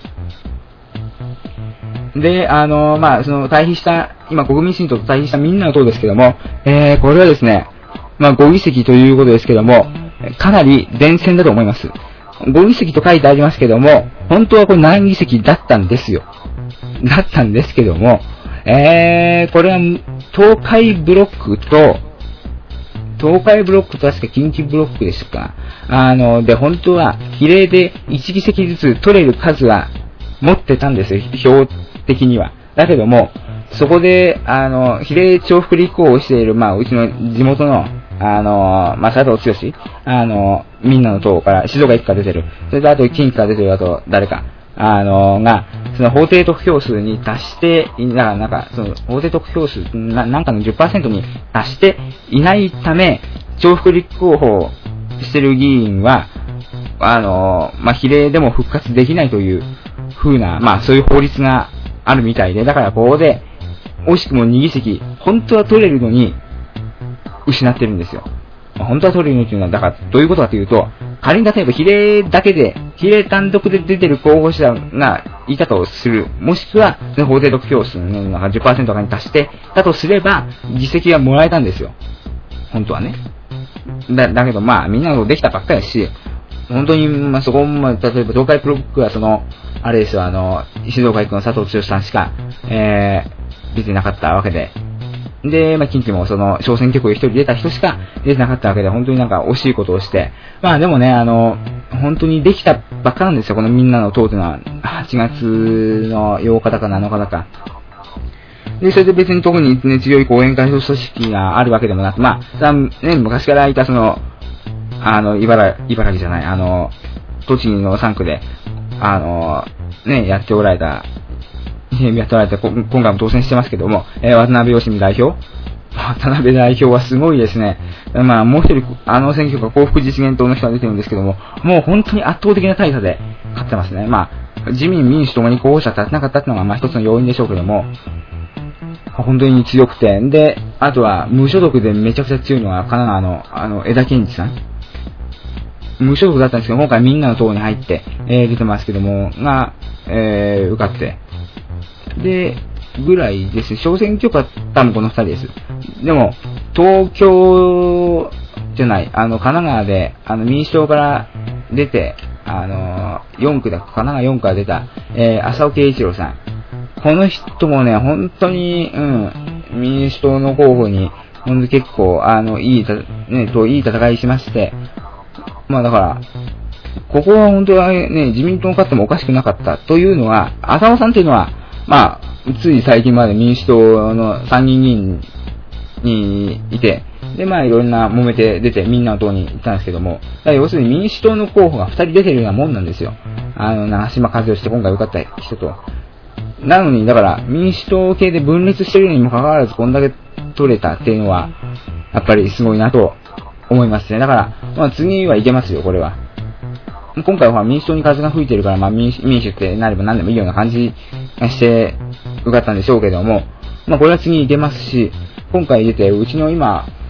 で、あの、まあ、その対比した、今国民新党と対比したみんなの党ですけども、えー、これはですね、まあ、ご議席ということですけども、かなり前線だと思います。ご議席と書いてありますけども、本当はこれなな議席だったんですよ。だったんですけども、えー、これは東海ブロックと、東海ブロックと確か近畿ブロックでしたか。あの、で、本当は比例でいち議席ずつ取れる数は持ってたんですよ、票的には。だけども、そこで、あの、比例重複立候補している、まあ、うちの地元の、あの、まあ、佐藤剛、あの、みんなの党から静岡いっか出てる。それであと近畿から出てる、あと誰か。あの、が、その法定得票数に達して、だからなんか、その法定得票数な、なんかの じゅっパーセント に達していないため、重複立候補してる議員は、あの、まあ、比例でも復活できないという風な、まあ、そういう法律があるみたいで、だからここで、惜しくもに議席、本当は取れるのに、失ってるんですよ。本当は取れるのっていうのは、だから、どういうことかというと、仮に例えば比例だけで、比例単独で出てる候補者がいたとする、もしくは、法定得票数のなんか じゅっパーセント とかに達して、だとすれば、議席がもらえたんですよ。本当はね。だ、だけどまあ、みんなのできたばっかりだし、本当に、まあそこも、例えば東海ブロックはその、あれですよ、あの、静岡いっ区の佐藤剛さんしか、えー、出てなかったわけで、で、まあ、近畿もその、小選挙区で一人出た人しか出てなかったわけで、本当になんか惜しいことをして、まあでもね、あの、本当にできたばっかなんですよ、このみんなの党というのは、はちがつのようかだかなのかだか。で、それで別に特に、ね、強い後援会組織があるわけでもなく、まあ、さね、昔からいたその、あの、茨、茨城じゃない、あの、栃木のさん区で、あの、ね、やっておられた、やっておられて、今回も当選してますけども、えー、渡辺義美代表渡辺代表はすごいですね。まあ、もう一人、あの選挙区は幸福実現党の人が出てるんですけども、もう本当に圧倒的な大差で勝ってますね。まあ、自民民主ともに候補者立てなかったっていうのが、まあ一つの要因でしょうけども、本当に強くて、で、あとは、無所属でめちゃくちゃ強いのは、神奈川の、あの、江田健二さん。無所属だったんですけど、今回みんなの党に入って、えー、出てますけども、が、えー、受かって、で、ぐらいです。小選挙区は多分この二人です。でも、東京じゃない、あの、神奈川で、あの、民主党から出て、あの、よん区だ、神奈川よん区から出た、えー、浅尾慶一郎さん。この人もね、本当に、うん、民主党の候補に、ほんと結構、あの、いいた、ね、と、いい戦いしまして、まあだから、ここは本当はね、自民党が勝ってもおかしくなかったというのは、浅尾さんっていうのは、まあ、つい最近まで民主党の参議院議員にいて、で、まあいろんな揉めて出てみんなの党に行ったんですけども、要するに民主党の候補がふたり出てるようなもんなんですよ。あの、長島和義って今回受かった人と。なのに、だから民主党系で分裂してるにもかかわらずこんだけ取れたっていうのは、やっぱりすごいなと思いますね。だから、まあ次はいけますよ、これは。今回は民主党に風が吹いてるから、まあ民主、民主ってなれば何でもいいような感じがして受かったんでしょうけども、まあこれは次いけますし、今回出て、うちの今、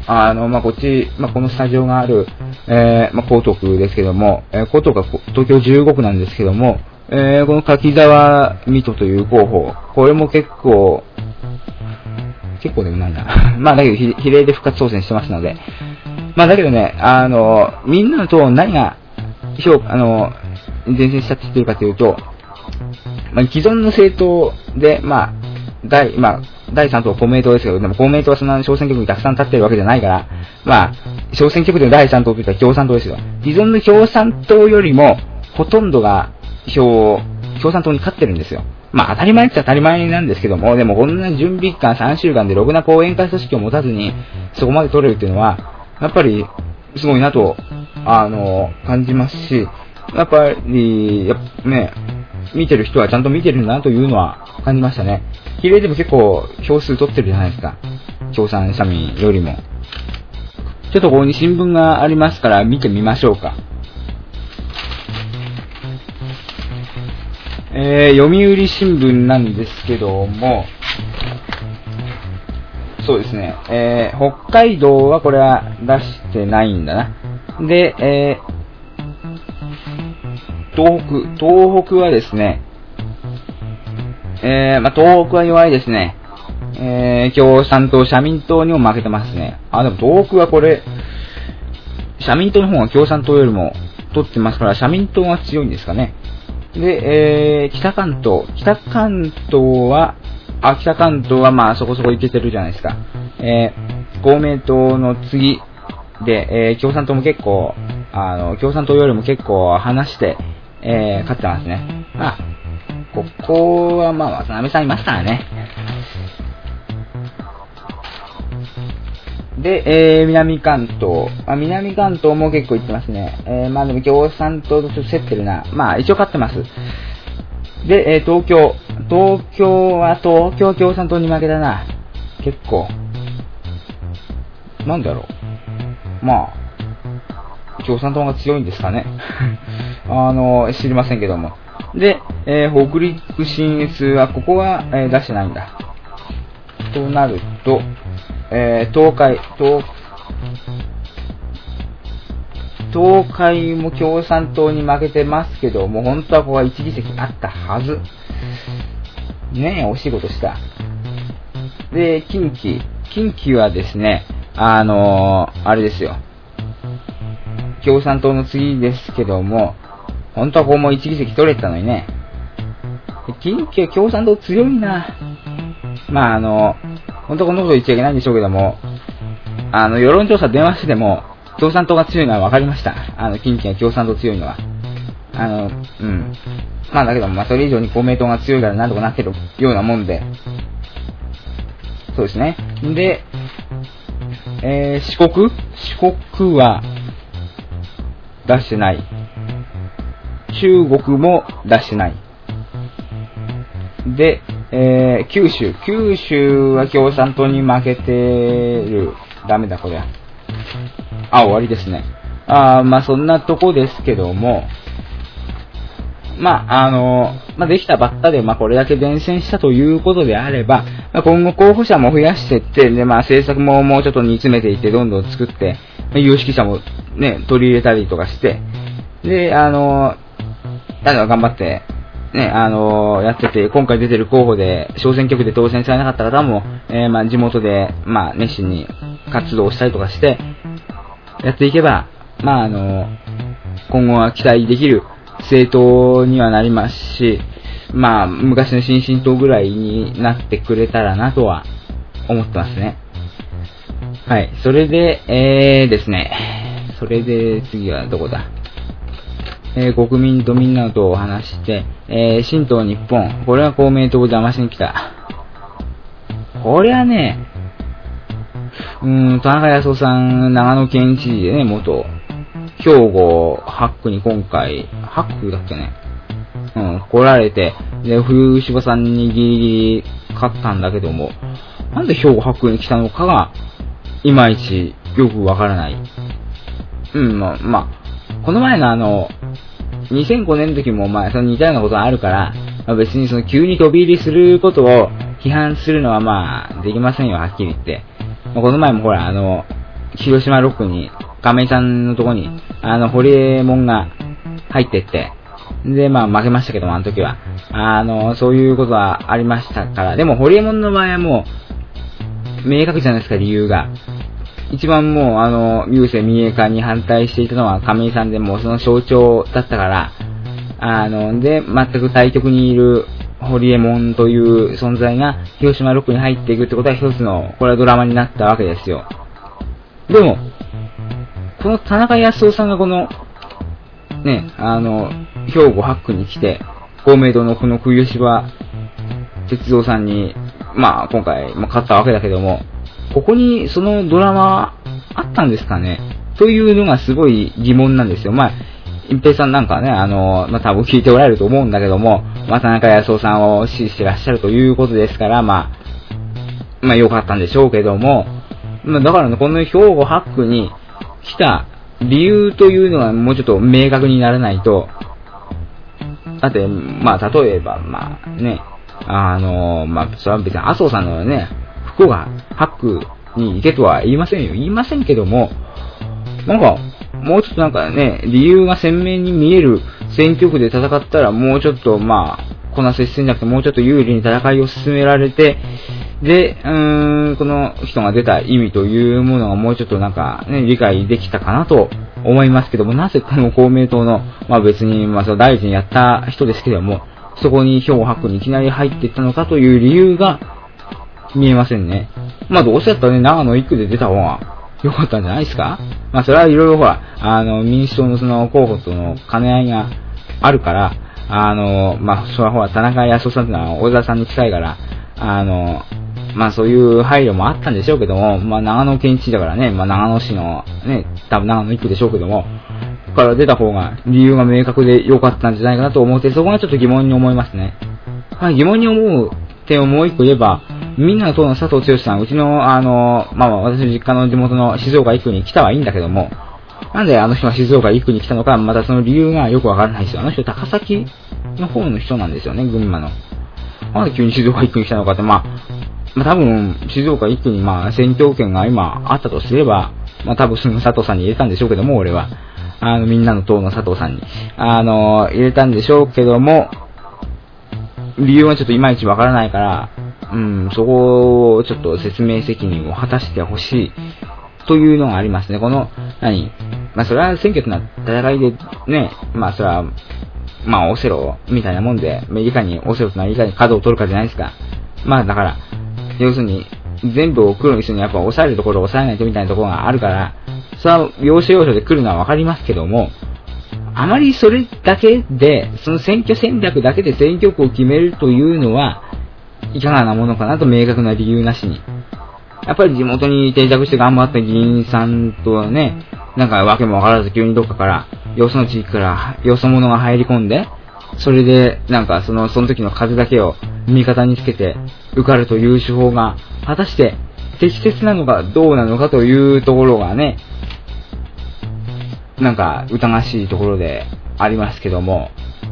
あの、まあ、こっち、まあ、このスタジオがある、えー、まあ、江東区ですけども、えー、江東区は東京じゅうご区なんですけども、えー、この柿沢水戸という候補、これも結構、結構でもないな。まあ、だけど比、比例で復活当選してますので、まあ、だけどね、あの、みんなの党何が、評価、あの、前線したって言ってるかというと、まあ、既存の政党で、まあ、第、まあ、第三党公明党ですけど、でも公明党はそんな小選挙区にたくさん立ってるわけじゃないから、まあ、小選挙区での第三党といったら共産党ですよ。既存の共産党よりも、ほとんどが票を共産党に勝ってるんですよ。まあ、当たり前っちゃ当たり前なんですけども、でもこんな準備期間さんしゅうかんでろくな後援会組織を持たずに、そこまで取れるっていうのは、やっぱり、すごいなと、あの、感じますし、やっぱり、やっぱね、見てる人はちゃんと見てるんだなというのは感じましたね。比例でも結構票数取ってるじゃないですか。共産社民よりも。ちょっとここに新聞がありますから見てみましょうか。えー、読売新聞なんですけども、そうですね、えー、北海道はこれは出してないんだな。で、えー、東北、東北はですね、えー、まあ、東北は弱いですね。えー、共産党、社民党にも負けてますね。あ、でも東北はこれ、社民党の方が共産党よりも取ってますから、社民党が強いんですかね。で、えー、北関東、北関東は、あ、北関東はまあそこそこいけてるじゃないですか。えー、公明党の次で、えー、共産党も結構、あの、共産党よりも結構離して、えー、勝ってますね。まあ、ここはまあ渡辺さんいますからね。で、えー、南関東。あ、南関東も結構行ってますね。えー、まあでも共産党とちょっと競ってるな。まあ一応勝ってます。で、えー、東京。東京は東京共産党に負けたな。結構。なんだろう。まあ、共産党が強いんですかね。あの、知りませんけども。で、えー、北陸進出は、ここは、えー、出してないんだ。となると、えー、東海、東、東海も共産党に負けてますけども、本当はここはいち議席あったはず。ねえ、惜しいことした。で、近畿。近畿はですね、あのー、あれですよ。共産党の次ですけども、本当はここもいち議席取れてたのにね。近畿は共産党強いな。まああの、本当はこんなこと言っちゃいけないんでしょうけども、あの、世論調査電話しても、共産党が強いのは分かりました。あの、近畿が共産党強いのは。あの、うん。まあだけども、まあそれ以上に公明党が強いからなんとかなってるようなもんで。そうですね。で、えー、四国四国は出してない。中国も出してない。で、えー、九州。九州は共産党に負けてる。ダメだ、これは。あ、終わりですね。あまあ、そんなとこですけども、まあ、あの、まあ、できたばっかで、まあ、これだけ伝染したということであれば、まあ、今後候補者も増やしていって、で、まあ、政策ももうちょっと煮詰めていって、どんどん作って、まあ、有識者もね、取り入れたりとかして、で、あの、だから頑張って、ね、あのー、やってて、今回出てる候補で、小選挙区で当選されなかった方も、えー、まあ、地元で、まあ、熱心に活動したりとかして、やっていけば、まあ、あのー、今後は期待できる政党にはなりますし、まあ、昔の新進党ぐらいになってくれたらなとは思ってますね。はい。それで、えーですね。それで、次はどこだえー、国民とみんなとお話して、えー、新党日本。これは公明党を邪魔しに来た。これはね、うーん、田中康夫さん、長野県知事でね、元、兵庫はち区に今回、はち区だっけね。うん、来られて、で、冬柴さんにギリギリ勝ったんだけども、なんで兵庫はち区に来たのかが、いまいちよくわからない。うん、まあ、まあ、この前のあの、にせんごねんの時もまあその似たようなことがあるから、まあ、別にその急に飛び入りすることを批判するのはまあできませんよ、はっきり言って。まあ、この前もほらあの、 広島ろくに、亀井さんのとこに、あの、ホリエモンが入ってって、で、まあ負けましたけども、あの時は。あの、そういうことはありましたから。でも、ホリエモンの場合はもう、明確じゃないですか、理由が。一番もう、あの、郵政民営化に反対していたのは亀井さんで、もうその象徴だったから、あの、で、全く対極にいるホリエモンという存在が、広島ろくに入っていくってことは一つの、これはドラマになったわけですよ。でも、この田中康夫さんがこの、ね、あの、兵庫はち区に来て、公明党のこの冬柴哲三さんに、まあ今回、まあ、勝ったわけだけども、ここにそのドラマあったんですかねというのがすごい疑問なんですよ。まあ、隠平さんなんかね、あの、まあ多分聞いておられると思うんだけども、まあ田中康夫さんを支持してらっしゃるということですから、まあ、まあ良かったんでしょうけども、まあだからね、この兵庫はち区に来た理由というのはもうちょっと明確にならないと、だって、まあ、例えば、まあね、あの、まあ、それは別に麻生さんのね、福岡はち区に行けとは言いませんよ。言いませんけども、なんか、もうちょっとなんかね、理由が鮮明に見える選挙区で戦ったら、もうちょっと、まあ、こんな接戦じゃなくて、もうちょっと有利に戦いを進められて、で、うーん、この人が出た意味というものがもうちょっとなんかね、理解できたかなと思いますけども、なぜこの公明党の、まあ別に、まあその大臣やった人ですけども、そこに兵庫はち区にいきなり入っていったのかという理由が見えませんね。まあどうせだったらね、長野いっ区で出た方が良かったんじゃないですか。まあそれはいろいろほら、あの、民主党のその候補との兼ね合いがあるから、あの、まあそれはほら、田中康夫さんというのは小沢さんに近いから、あの、まあそういう配慮もあったんでしょうけども、まあ長野県知事だからね、まあ長野市のね、多分長野いっ区でしょうけども、から出た方が理由が明確で良かったんじゃないかなと思って、そこがちょっと疑問に思いますね。まあ疑問に思う点をもう一個言えば、みんなの党の佐藤剛さん、うちのあの、まあ私の実家の地元の静岡いっ区に来たはいいんだけども、なんであの人が静岡いっ区に来たのか、またその理由がよくわからないですよ。あの人高崎の方の人なんですよね、群馬の。なんで急に静岡いっ区に来たのかって、まあ、まあ、多分、静岡いっ区にまあ、選挙権が今あったとすれば、まあ多分その佐藤さんに入れたんでしょうけども、俺は。あの、みんなの党の佐藤さんに。あの、入れたんでしょうけども、理由はちょっといまいちわからないから、うん、そこをちょっと説明責任を果たしてほしい、というのがありますね。この、何まあそれは選挙というのは戦いでね、まあそれは、まあオセロみたいなもんで、いかにオセロというのはいかに角を取るかじゃないですか。まあだから、要するに、全部を黒にするにはやっぱ抑えるところを抑えないとみたいなところがあるから、それは要所要所で来るのはわかりますけども、あまりそれだけで、その選挙戦略だけで選挙区を決めるというのは、いかがなものかなと、明確な理由なしに。やっぱり地元に定着して頑張った議員さんとね、なんかわけもわからず急にどっかから、よその地域からよそ者が入り込んで、それでなんかその、その時の風だけを味方につけて受かるという手法が、果たして適切なのかどうなのかというところがね、なんか疑わしいところでありますけども、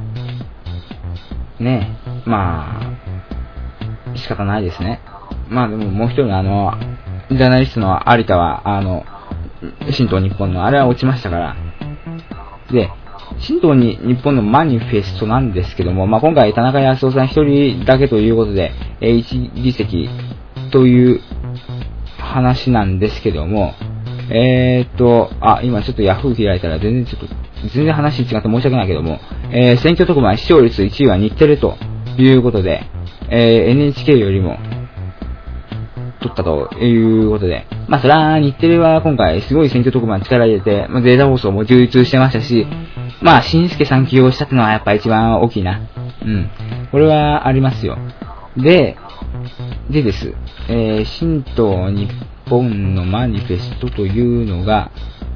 ね、まあ、仕方ないですね。まあでももう一人のあの、ジャーナリストの有田は、あの、新党日本のあれは落ちましたから。で、新党に日本のマニフェストなんですけども、まあ今回田中康夫さん一人だけということで、いち議席という話なんですけども、えーっと、あ、今ちょっとヤフー開いたら全然ちょっと、全然話違って申し訳ないけども、えー、選挙特番視聴率いちいは日テレということで、えー、エヌエイチケー よりも取ったということで、まあそれは日テレは今回すごい選挙特番力入れて、まあ、データ放送も充実してましたし、まあ新助さん起用したってのはやっぱ一番大きいな。うん。これはありますよ。で、でです。えー、新党日本のマニフェストというのが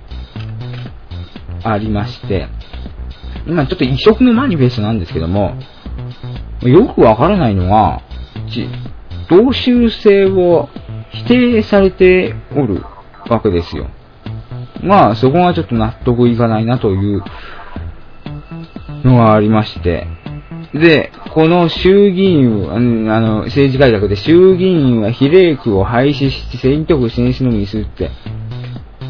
ありまして、今ちょっと異色のマニフェストなんですけども、よくわからないのが、同州制を否定されておるわけですよ。まあそこがちょっと納得いかないなというのがありまして、で、この衆議院、あの、政治改革で衆議院は比例区を廃止して選挙区選出のみにするって、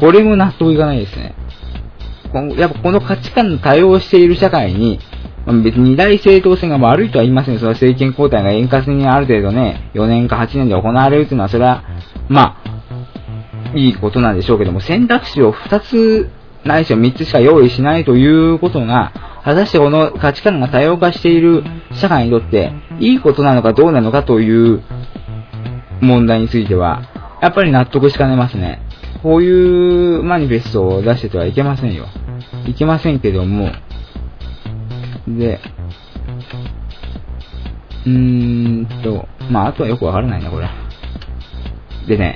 これも納得いかないですね。やっぱこの価値観の多様している社会に、別に二大政党選が悪いとは言いませんよ。それは政権交代が円滑にある程度ね、よねんかはちねんで行われるというのは、それは、まあ、いいことなんでしょうけども、選択肢をふたつないしはみっつしか用意しないということが、果たしてこの価値観が多様化している社会にとって、いいことなのかどうなのかという問題については、やっぱり納得しかねますね。こういうマニフェストを出しててはいけませんよ。いけませんけども、で、うーんと、まあ、あとはよくわからないな、これ。でね、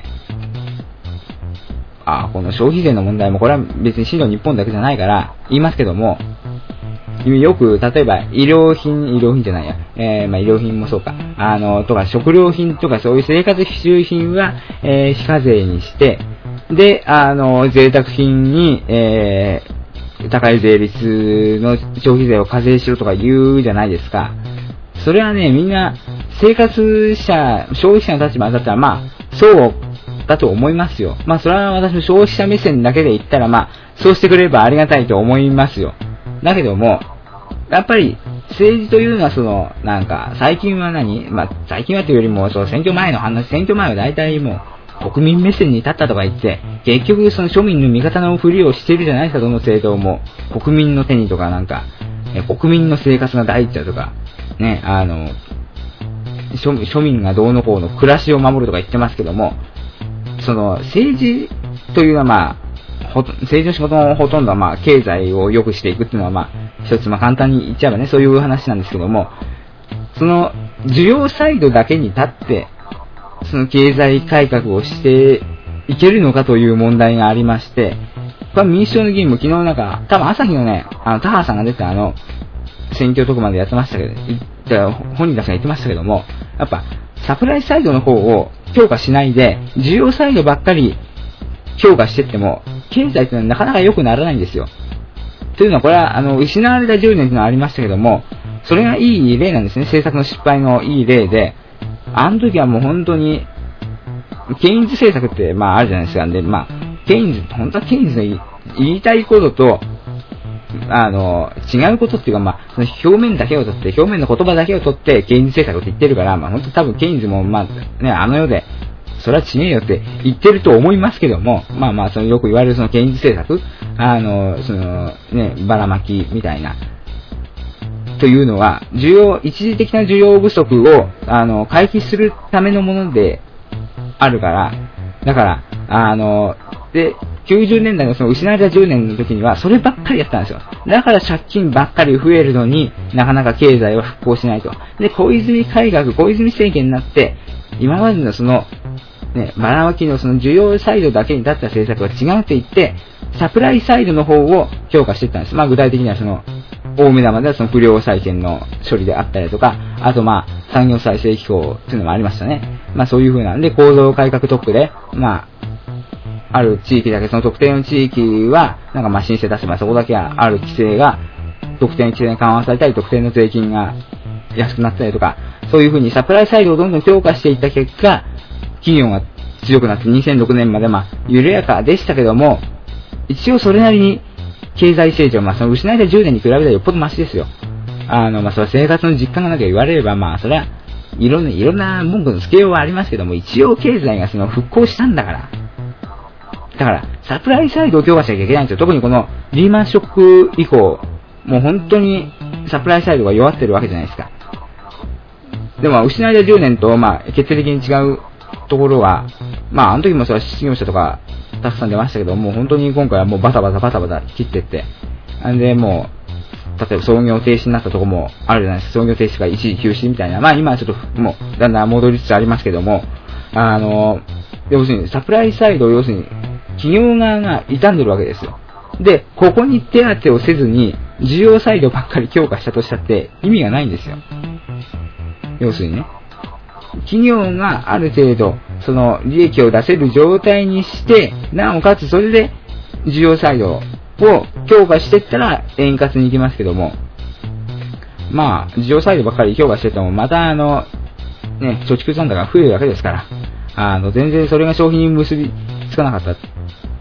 あ、この消費税の問題も、これは別に市の日本だけじゃないから言いますけども、よく、例えば、医療品、医療品じゃないや、えー、まあ、医療品もそうか、あの、とか、食料品とか、そういう生活必需品は、えー、非課税にして、で、あの、贅沢品に、えー、高い税率の消費税を課税しろとか言うじゃないですか。それはね、みんな、生活者、消費者の立場だったら、まあ、そうだと思いますよ。まあ、それは私も消費者目線だけで言ったら、まあ、そうしてくれればありがたいと思いますよ。だけども、やっぱり、政治というのはその、なんか、最近は何まあ、最近はというよりも、その選挙前の話、選挙前は大体もう、国民目線に立ったとか言って、結局その庶民の味方のふりをしているじゃないですか、どの政党も。国民の手にとかなんか、え国民の生活が第一だとか、ね、あの、庶, 庶民がどうのこうの暮らしを守るとか言ってますけども、その、政治というのはまあ、ほ政治の仕事のほとんどはまあ、経済を良くしていくっていうのはまあ、一つまあ簡単に言っちゃえばね、そういう話なんですけども、その、需要サイドだけに立って、その経済改革をしていけるのかという問題がありまして、これは民主党の議員も昨日なんか、多分朝日のね、あの、田原さんが出てあの、選挙特番でやってましたけど、本人たちが言ってましたけども、やっぱ、サプライサイドの方を強化しないで、需要サイドばっかり強化していっても、経済ってのはなかなか良くならないんですよ。というのは、これは、あの、失われたじゅうねんというのはありましたけども、それがいい例なんですね。政策の失敗のいい例で、あの時はもう本当に、ケインズ政策って、まああるじゃないですか。で、まあ、ケインズ、本当はケインズの言いたいことと、あの、違うことっていうか、まあ、その表面だけを取って、表面の言葉だけを取って、ケインズ政策って言ってるから、まあ本当多分ケインズも、まあ、ね、あの世で、それは違えよって言ってると思いますけども、まあまあ、そのよく言われるそのケインズ政策、あの、その、ね、ばらまきみたいな、というのは、需要、一時的な需要不足を、あの、回避するためのものであるから、だから、あの、で、きゅうじゅうねんだいのその失われたじゅうねんの時には、そればっかりやったんですよ。だから借金ばっかり増えるのになかなか経済は復興しないと。で、小泉改革、小泉政権になって、今までのその、ね、ばらまきのその需要サイドだけに立った政策は違うと言って、サプライサイドの方を強化していったんです。まあ具体的にはその、大目玉ではその不良債権の処理であったりとか、あとまあ産業再生機構というのもありましたね。まあそういう風なんで構造改革特区で、まあ、ある地域だけ、その特定の地域は、なんかまあ申請出せばそこだけはある規制が、特定の規制が緩和されたり、特定の税金が安くなったりとか、そういう風にサプライサイドをどんどん強化していった結果、企業が強くなってにせんろくねんまでまあ緩やかでしたけども、一応それなりに経済成長、まあその失われたじゅうねんに比べたらよっぽどマシですよ。あの、まあそれは生活の実感がなきゃ言われれば、まあそれはいろんな、いろんな文句のつけようはありますけども、一応経済がその復興したんだから。だから、サプライサイドを強化しなきゃいけないんですよ。特にこのリーマンショック以降、もう本当にサプライサイドが弱ってるわけじゃないですか。でも、失われたじゅうねんと、まあ、決定的に違うところは、まあ、あの時もそれは失業者とか、たくさん出ましたけど、もう本当に今回はもうバタバタバタバタ切ってって、んで、もう、例えば創業停止になったところもあるじゃないですか。創業停止が一時休止みたいな。まあ、今はちょっともう、だんだん戻りつつありますけども、あの、要するに、サプライサイドを要するに、企業側が傷んでるわけですよ。で、ここに手当てをせずに、需要サイドばっかり強化したとしたって意味がないんですよ。要するにね。企業がある程度、その利益を出せる状態にして、なおかつそれで需要サイドを強化していったら円滑にいきますけども、まあ、需要サイドばっかり強化していっても、またあの、ね、貯蓄残高が増えるわけですから、あの、全然それが消費に結びつかなかった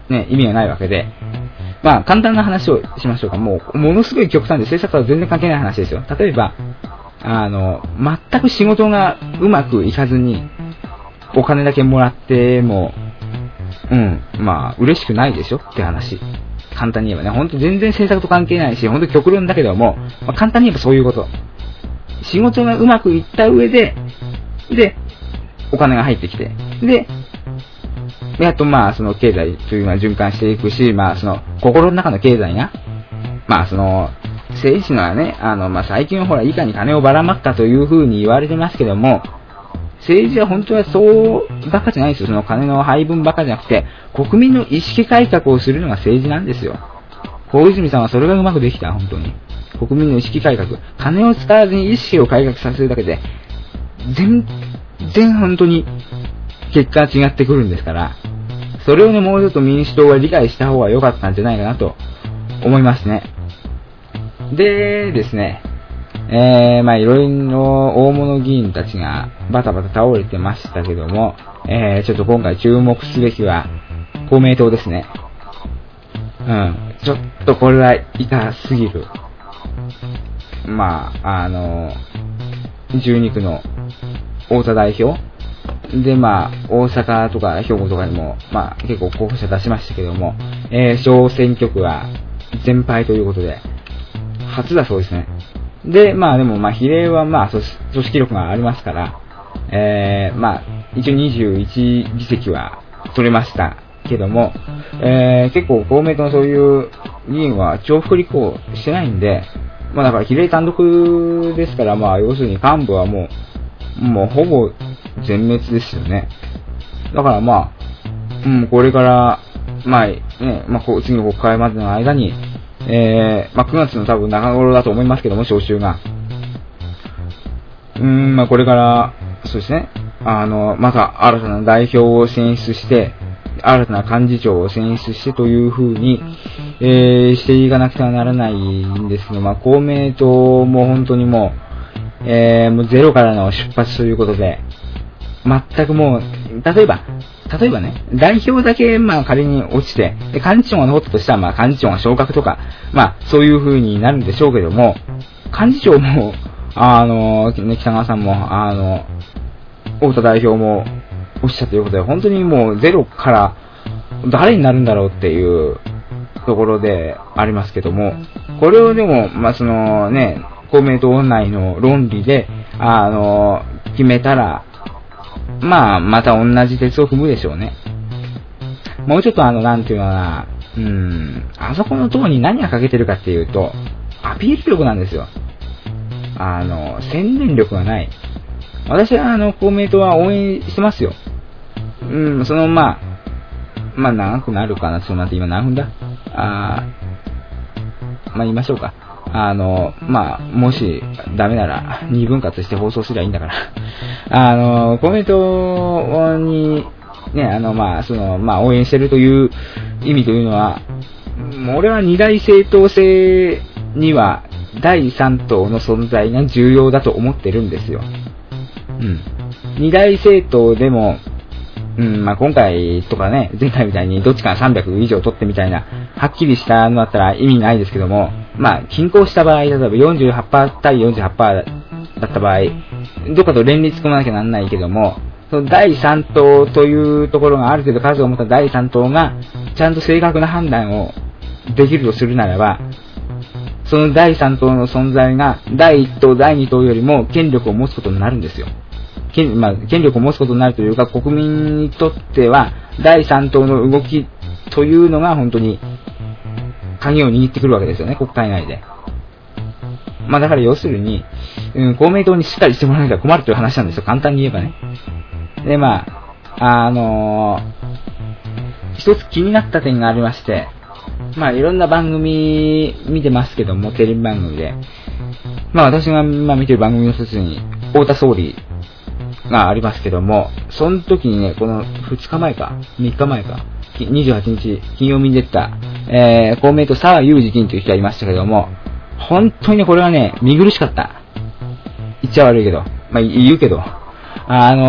ね、意味がないわけで、まあ、簡単な話をしましょうか。もう、ものすごい極端で、政策とは全然関係ない話ですよ。例えば、あの、全く仕事がうまくいかずに、お金だけもらっても、うん、まあ、嬉しくないでしょって話。簡単に言えばね、ほんと全然政策と関係ないし、ほんと極論だけども、まあ、簡単に言えばそういうこと。仕事がうまくいった上で、で、お金が入ってきて、で、やっとまあ、その経済というのは循環していくし、まあ、その、心の中の経済が、まあ、その、政治のはね、あの、まあ、最近はほら、いかに金をばらまくかという風に言われてますけども、政治は本当はそうばっかじゃないですよ。その金の配分ばっかじゃなくて、国民の意識改革をするのが政治なんですよ。小泉さんはそれがうまくできた、本当に。国民の意識改革。金を使わずに意識を改革させるだけで、全然本当に結果が違ってくるんですから、それをね、もうちょっと民主党は理解した方が良かったんじゃないかなと思いますね。でですね、えー、まあいろいろ大物議員たちがバタバタ倒れてましたけども、えー、ちょっと今回注目すべきは公明党ですね。うん、ちょっとこれは痛すぎる。まあ、あの、じゅうに区の太田代表で、まあ、大阪とか兵庫とかにも、まあ、結構候補者出しましたけども、えー、小選挙区は全敗ということで、初だそうですね。で、まあでも、まあ、比例はまあ、組織力がありますから、えー、まあ、一応にじゅういち議席は取れましたけども、えー、結構公明党のそういう議員は重複立候補してないんで、まあだから比例単独ですから、まあ要するに幹部はもう、もうほぼ全滅ですよね。だからまあ、うん、これから、まあ、ね、まあ次の国会までの間に、えー、まあくがつの多分中頃だと思いますけども、召集が。うーん、まあこれから、そうですね、あの、また新たな代表を選出して、新たな幹事長を選出してという風に、えー、していかなくてはならないんですけど、まあ公明党も本当にもう、えー、もうゼロからの出発ということで、全くもう、例えば、例えばね、代表だけ、まあ仮に落ちて、で幹事長が残ったとしたら、まあ幹事長が昇格とか、まあそういう風になるんでしょうけども、幹事長も、あの、ね、北川さんも、あの、太田代表も落ちたということで、本当にもうゼロから誰になるんだろうっていうところでありますけども、これをでも、まあそのね、公明党内の論理で、あの、決めたら、まあ、また同じ鉄を踏むでしょうね。もうちょっとあの、なんていうのかな、うーん、あそこの党に何が欠けてるかっていうと、アピール力なんですよ。あの、宣伝力がない。私はあの、公明党は応援してますよ。うん、その、まあ、まあ、長くなるかな。ちょっと待って、今何分だあー、まあ、言いましょうか。あの、まあ、もしダメならにぶん割して放送すればいいんだから。あの、公明党に、ね、あの、まあ、その、まあ、応援してるという意味というのは、俺は二大政党制には第三党の存在が重要だと思ってるんですよ。うん。二大政党でも、うん、まあ、今回とかね、前回みたいにどっちかさんびゃく以上取ってみたいな、はっきりしたのだったら意味ないですけども、まあ、均衡した場合、例えば よんじゅうはちパーセント 対 よんじゅうはちパーセント だった場合、どっかと連立組まなきゃなんないけども、その第三党というところがある程度数を持った第三党が、ちゃんと正確な判断をできるとするならば、その第三党の存在が第一党、第二党よりも権力を持つことになるんですよ。権, まあ、権力を持つことになるというか、国民にとっては第三党の動きというのが本当に鍵を握ってくるわけですよね、国会内で。まあだから要するに、うん、公明党にしっかりしてもらわなきゃ困るという話なんですよ、簡単に言えばね。で、まあ、あのー、一つ気になった点がありまして、まあいろんな番組見てますけども、テレビ番組で。まあ私が今見てる番組の一つに、太田総理がありますけども、その時にね、このふつかまえか、みっかまえか、にじゅうはちにち、金曜日に出た、えー、公明党沢雄二議員という人がいましたけども、本当にね、これはね、見苦しかった。言っちゃ悪いけど、まあ言うけど、あの、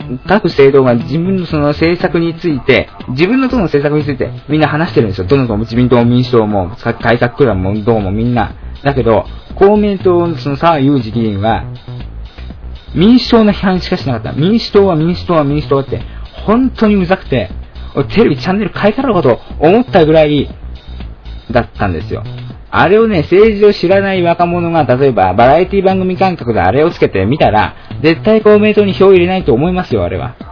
各政党が自分のその政策について、自分の党の政策についてみんな話してるんですよ。どの党も自民党も民主党も改革クラブもどうもみんな。だけど、公明党のその沢祐二議員は、民主党の批判しかしなかった。民主党は民主党は民主党って、本当にうざくて、テレビチャンネル変えたろうかと思ったぐらいだったんですよ。あれをね、政治を知らない若者が、例えばバラエティ番組感覚であれをつけてみたら、絶対公明党に票を入れないと思いますよ、あれは。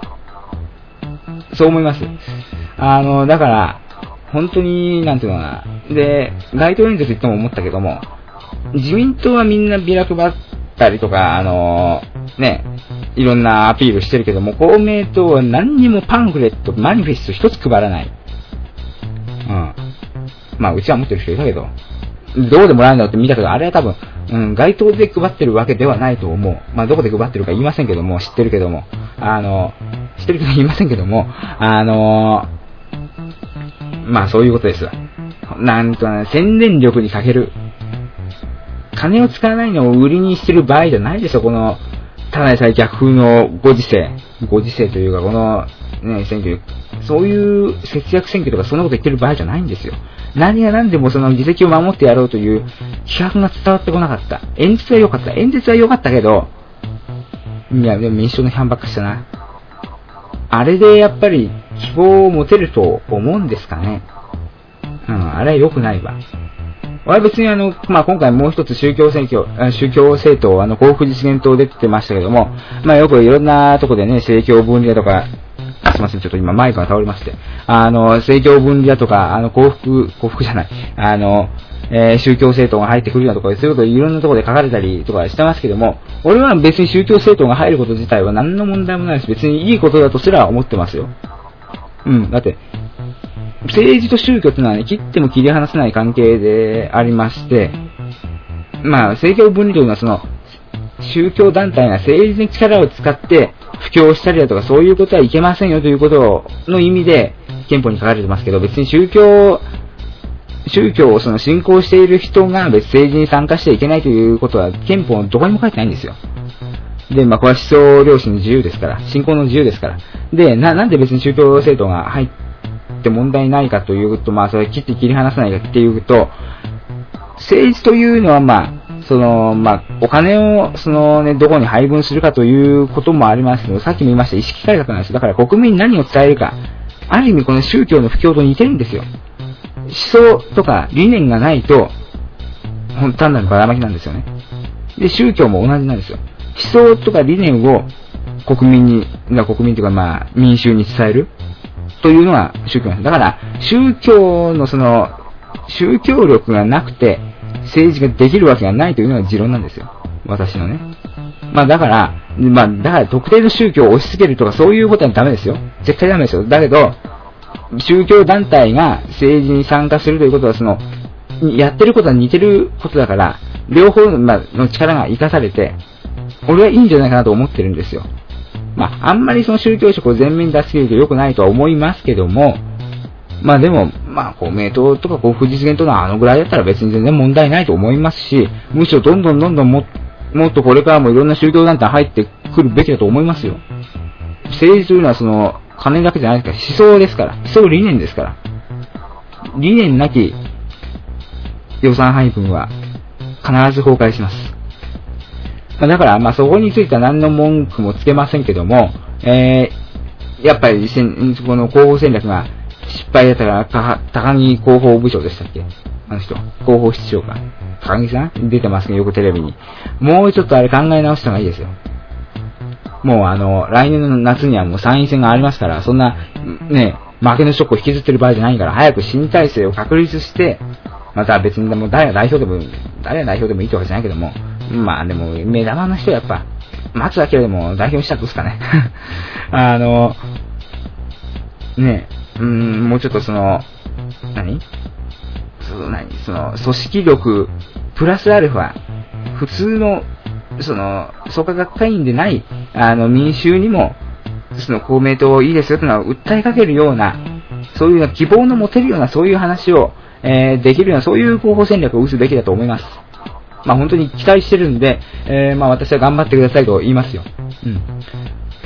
そう思います。あの、だから、本当に、なんていうのかな。で、街頭演説言っても思ったけども、自民党はみんなビラ配ったりとか、あの、ね、いろんなアピールしてるけども、公明党は何にもパンフレット、マニフェスト一つ配らない。うん。まあ、うちは持ってる人いたけど、どうでもらえるんだろうって見たけど、あれは多分、うん、街頭で配ってるわけではないと思う。まあ、どこで配ってるか言いませんけども、知ってるけども、あの、知ってるけど言いませんけども、あの、まあ、そういうことです。なんとね、宣伝力に欠ける。金を使わないのを売りにしてる場合じゃないですよ、この、ただでさえ逆風のご時世。ご時世というか、この、ね、選挙、そういう節約選挙とかそんなこと言ってる場合じゃないんですよ。何が何でもその議席を守ってやろうという気迫が伝わってこなかった。演説は良かった。演説は良かったけど、いや、でも民主党の批判ばっかしたな。あれでやっぱり希望を持てると思うんですかね。うん、あれは良くないわ。俺は別にあの、まあ、今回もう一つ宗教選挙、宗教政党、あの、幸福実現党出てましたけども、まあ、よくいろんなとこでね、政教分離だとか、すいません、ちょっと今マイクが倒れまして、あの、政教分離だとか、あの、幸福、幸福じゃない、あの、えー、宗教政党が入ってくるだとか、そういうこといろんなところで書かれたりとかしてますけども、俺は別に宗教政党が入ること自体は何の問題もないし、別にいいことだとすら思ってますよ。うん、だって、政治と宗教ってのはね、切っても切り離せない関係でありまして、まあ、政教分離というのはその、宗教団体が政治に力を使って布教したりだとかそういうことはいけませんよということの意味で憲法に書かれてますけど、別に宗教、宗教をその信仰している人が別政治に参加してはいけないということは憲法のどこにも書いてないんですよ。で、まあ、これは思想良心の自由ですから、信仰の自由ですから。で、な、なんで別に宗教政党が入って問題ないかというと、まあ、それ切って切り離さないかっていうと、政治というのはまあ、その、まあ、お金を、そのね、どこに配分するかということもありますけど、さっきも言いました意識改革なんですよ。だから国民に何を伝えるか、ある意味この宗教の布教と似てるんですよ。思想とか理念がないと、単なるばらまきなんですよね。で、宗教も同じなんですよ。思想とか理念を国民に、国民というかまあ、民衆に伝えるというのが宗教なんです。だから、宗教のその、宗教力がなくて、政治ができるわけがないというのが持論なんですよ。私のね。まあだから、まあだから特定の宗教を押し付けるとかそういうことはダメですよ。絶対ダメですよ。だけど、宗教団体が政治に参加するということはその、やってることは似てることだから、両方の力が生かされて、俺はいいんじゃないかなと思ってるんですよ。まああんまりその宗教色を前面に出し切ると良くないとは思いますけども、まあでも、まあ公明党とか幸福実現党のあのぐらいだったら別に全然問題ないと思いますし、むしろどんどんどんどんも、もっとこれからもいろんな宗教団体入ってくるべきだと思いますよ。政治というのはその、金だけじゃないですから、思想ですから、思想理念ですから。理念なき予算配分は必ず崩壊します。まあ、だから、まあそこについては何の文句もつけませんけども、えー、やっぱりこの広報戦略が失敗だったら、高木広報部長でしたっけ、あの人。広報室長か。高木さん出てますね、よくテレビに。もうちょっとあれ考え直した方がいいですよ。もうあの、来年の夏にはもう参院選がありますから、そんな、ね、負けのショックを引きずってる場合じゃないから、早く新体制を確立して、また別にでも誰が代表でも、誰が代表でもいいってわけじゃないけども、まあでも、目玉の人はやっぱ、松明でも代表にしたらどうですかね。あの、ね、うーん、もうちょっとその、何その何その、組織力、プラスアルファ、普通の、その、創価学会員でない、あの、民衆にも、その、公明党いいですよというのは訴えかけるような、そういう希望の持てるような、そういう話を、えー、できるような、そういう広報戦略を打つべきだと思います。まあ本当に期待してるんで、えー、まあ私は頑張ってくださいと言いますよ。うん。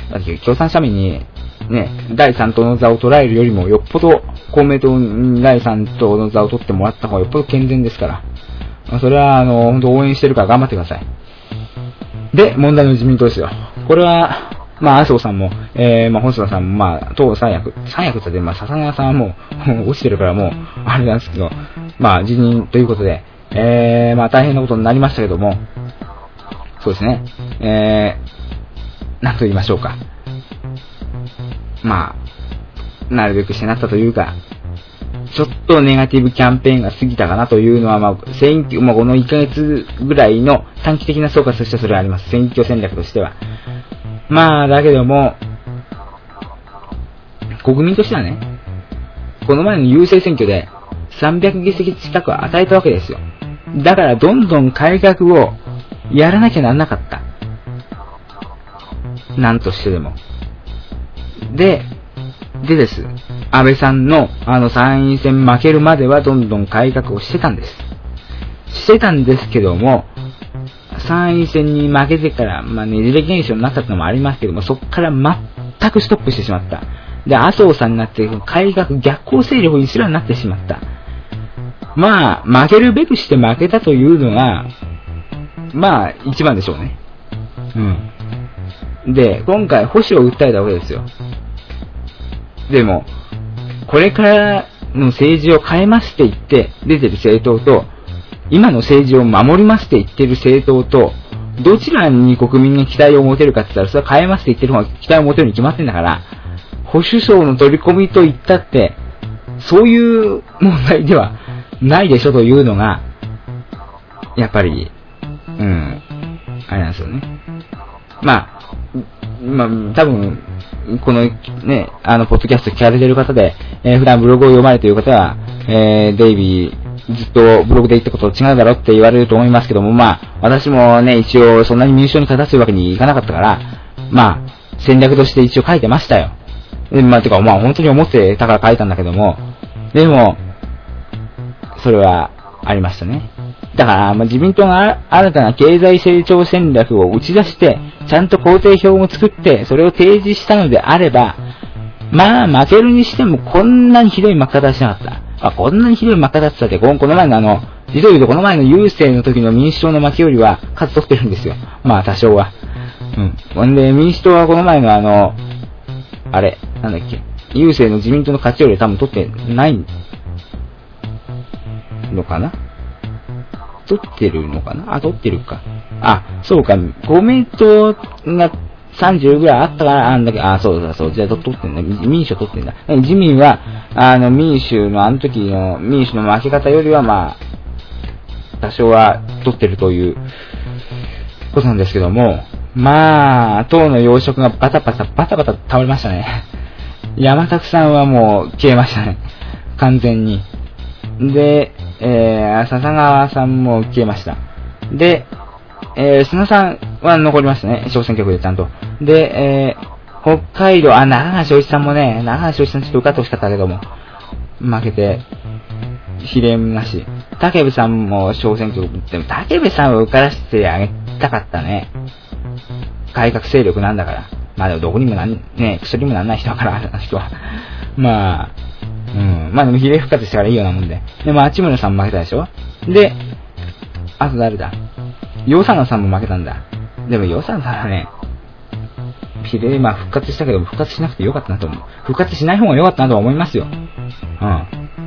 だって共産社民に、ね、だいさん党の座を取られるよりも、よっぽど公明党にだいさん党の座を取ってもらった方がよっぽど健全ですから。それは、あの、本当応援してるから頑張ってください。で、問題の自民党ですよ。これは、まあ、麻生さんも、えー、まあ、細田さんも、まあ、党三役、三役って言って、まあ、笹川さんはもう、落ちてるからもう、あれなんですけど、まあ、辞任ということで、えー、まあ、大変なことになりましたけども、そうですね、えー、なんと言いましょうか。まあ、なるべくしてなったというか、ちょっとネガティブキャンペーンが過ぎたかなというのは、まあ、選挙、まあ、このいっかげつぐらいの短期的な総括としてそれはあります。選挙戦略としては。まあ、だけども、国民としてはね、この前の郵政選挙でさんびゃくぎせき近く与えたわけですよ。だから、どんどん改革をやらなきゃならなかった。なんとしてでも。で、でです。安倍さんのあの参院選負けるまではどんどん改革をしてたんです。してたんですけども、参院選に負けてから、まあ、ねじれ現象になったのもありますけども、そこから全くストップしてしまった。で、麻生さんになって、改革逆行勢力にすらなってしまった。まあ、負けるべくして負けたというのが、まあ、一番でしょうね。うん。で、今回、保守を訴えたわけですよ。でも、これからの政治を変えますって言って出てる政党と、今の政治を守りますって言ってる政党と、どちらに国民が期待を持てるかって言ったら、それは変えますって言ってる方が期待を持てるに決まってんだから、保守層の取り込みと言ったって、そういう問題ではないでしょというのが、やっぱり、うん、あれなんですよね。まあ、まあ、多分、このね、あの、ポッドキャスト聞かれている方で、えー、普段ブログを読まれている方は、えー、デイビー、ずっとブログで言ったこと違うだろって言われると思いますけども、まあ、私もね、一応そんなに民主党に勝たせるわけにいかなかったから、まあ、戦略として一応書いてましたよ。で、まあ、てか、まあ、本当に思ってたから書いたんだけども、でも、それはありましたね。だから、まあ、自民党が新たな経済成長戦略を打ち出して、ちゃんと工程表も作って、それを提示したのであれば、まあ、負けるにしてもこんなにひどい負け方はしなかった。まあ、こんなにひどい負け方って言ったって、この前のあの、実を言うとこの前の郵政の時の民主党の負けよりは数取ってるんですよ。まあ、多少は。うん。ほんで、民主党はこの前のあの、あれ、なんだっけ、郵政の自民党の勝ちより多分取ってないのかな？取ってるのかなあ、取ってるか。あ、そうか。公明党がさんじゅうぐらいあったから、あんだけ、あ、そうだそう。じゃあ取ってんだ。民主を取ってんだ。自民は、あの、民主のあの時の、民主の負け方よりは、まあ、多少は取ってるということなんですけども、まあ、党の要職がバタバタ、バタバタ倒れましたね。山田さんはもう消えましたね。完全に。で、えー、笹川さんも消えました。で、えー、菅さんは残りましたね。小選挙区でちゃんと。で、えー、北海道、あ、長川正一さんもね、長川正一さんちょっと受かってほしかったけども、負けて、比例なし。武部さんも小選挙区、でも武部さんを受からせてあげたかったね。改革勢力なんだから。まあでもどこにもなん、ね、薬にもなんない人だから、あの人は。まあ、うん。まあでも比例復活したからいいようなもんで。で、まあ、町村さんも負けたでしょ？で、あと誰だ？ヨサナさんも負けたんだ。でもヨサナさんはね、比例、まあ復活したけど、復活しなくてよかったなと思う。復活しない方がよかったなとは思いますよ。うん。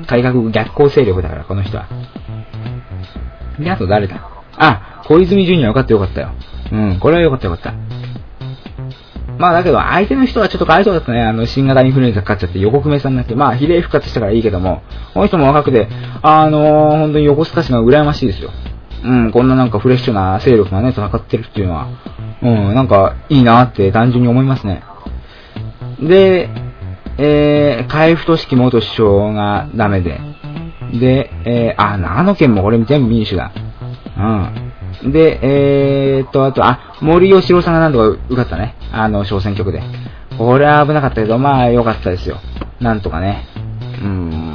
改革逆行勢力だから、この人は。で、あと誰だ？あ、小泉純也よかったよかったよ。うん、これはよかったよかった。まあだけど相手の人はちょっとかわいそうだったね。あの新型インフルエンザかかっちゃって横粂さんになって、まあ比例復活したからいいけども、この人も若くて、あのー、本当に横須賀市が羨ましいですよ。うん、こんななんかフレッシュな勢力がね、戦ってるっていうのは、うん、なんかいいなって単純に思いますね。で、えー、海部俊樹元首相がダメで、で、えー、あ、長野県もこれ全部民主だ。うん。で、えーっと、あと、あ、森喜朗さんがなんとか受かったね。あの、小選挙区で。これは危なかったけど、まあ、良かったですよ。なんとかね。うん、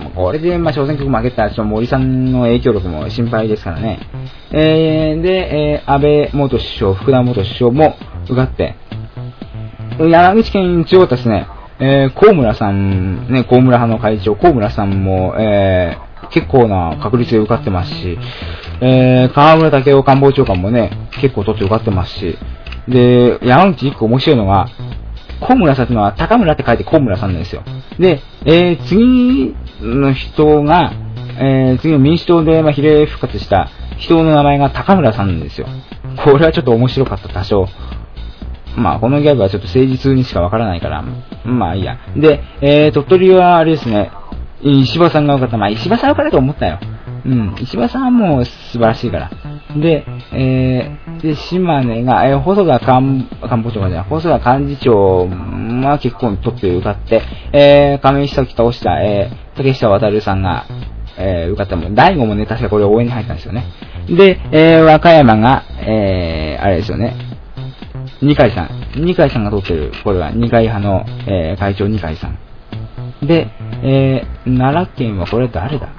これで、まあ、小選挙区負けたら、ちょっと森さんの影響力も心配ですからね。えー、で、えー、安倍元首相、福田元首相も受かって、 山口県強かったですね。えー、高村さん、ね、高村派の会長、高村さんも、えー、結構な確率で受かってますし、えー、河村武雄官房長官もね、結構取って受かってますし、で、山口一個面白いのが、高村さんっていうのは、高村って書いて高村さんなんですよ。で、えー、次の人が、えー、次の民主党で、まあ、比例復活した人の名前が高村さんなんですよ。これはちょっと面白かった、多少。まあ、このギャグはちょっと政治通にしかわからないから、まあいいや。で、えー、鳥取はあれですね、石破さんが受かった。まあ、石破さんが受かったと思ったよ。うん、石破さんはもう素晴らしいから。で、えー、で、島根が、えー、細田官官房長官じゃない、細田幹事長は結構取って受かって、えー、亀井久樹倒した、えー、竹下渡さんが、えー、受かったもん。大悟もね、確かこれ応援に入ったんですよね。で、えー、和歌山が、えー、あれですよね。二階さん。二階さんが取ってる。これは二階派の、えー、会長二階さん。で、えー、奈良県はこれ誰だ？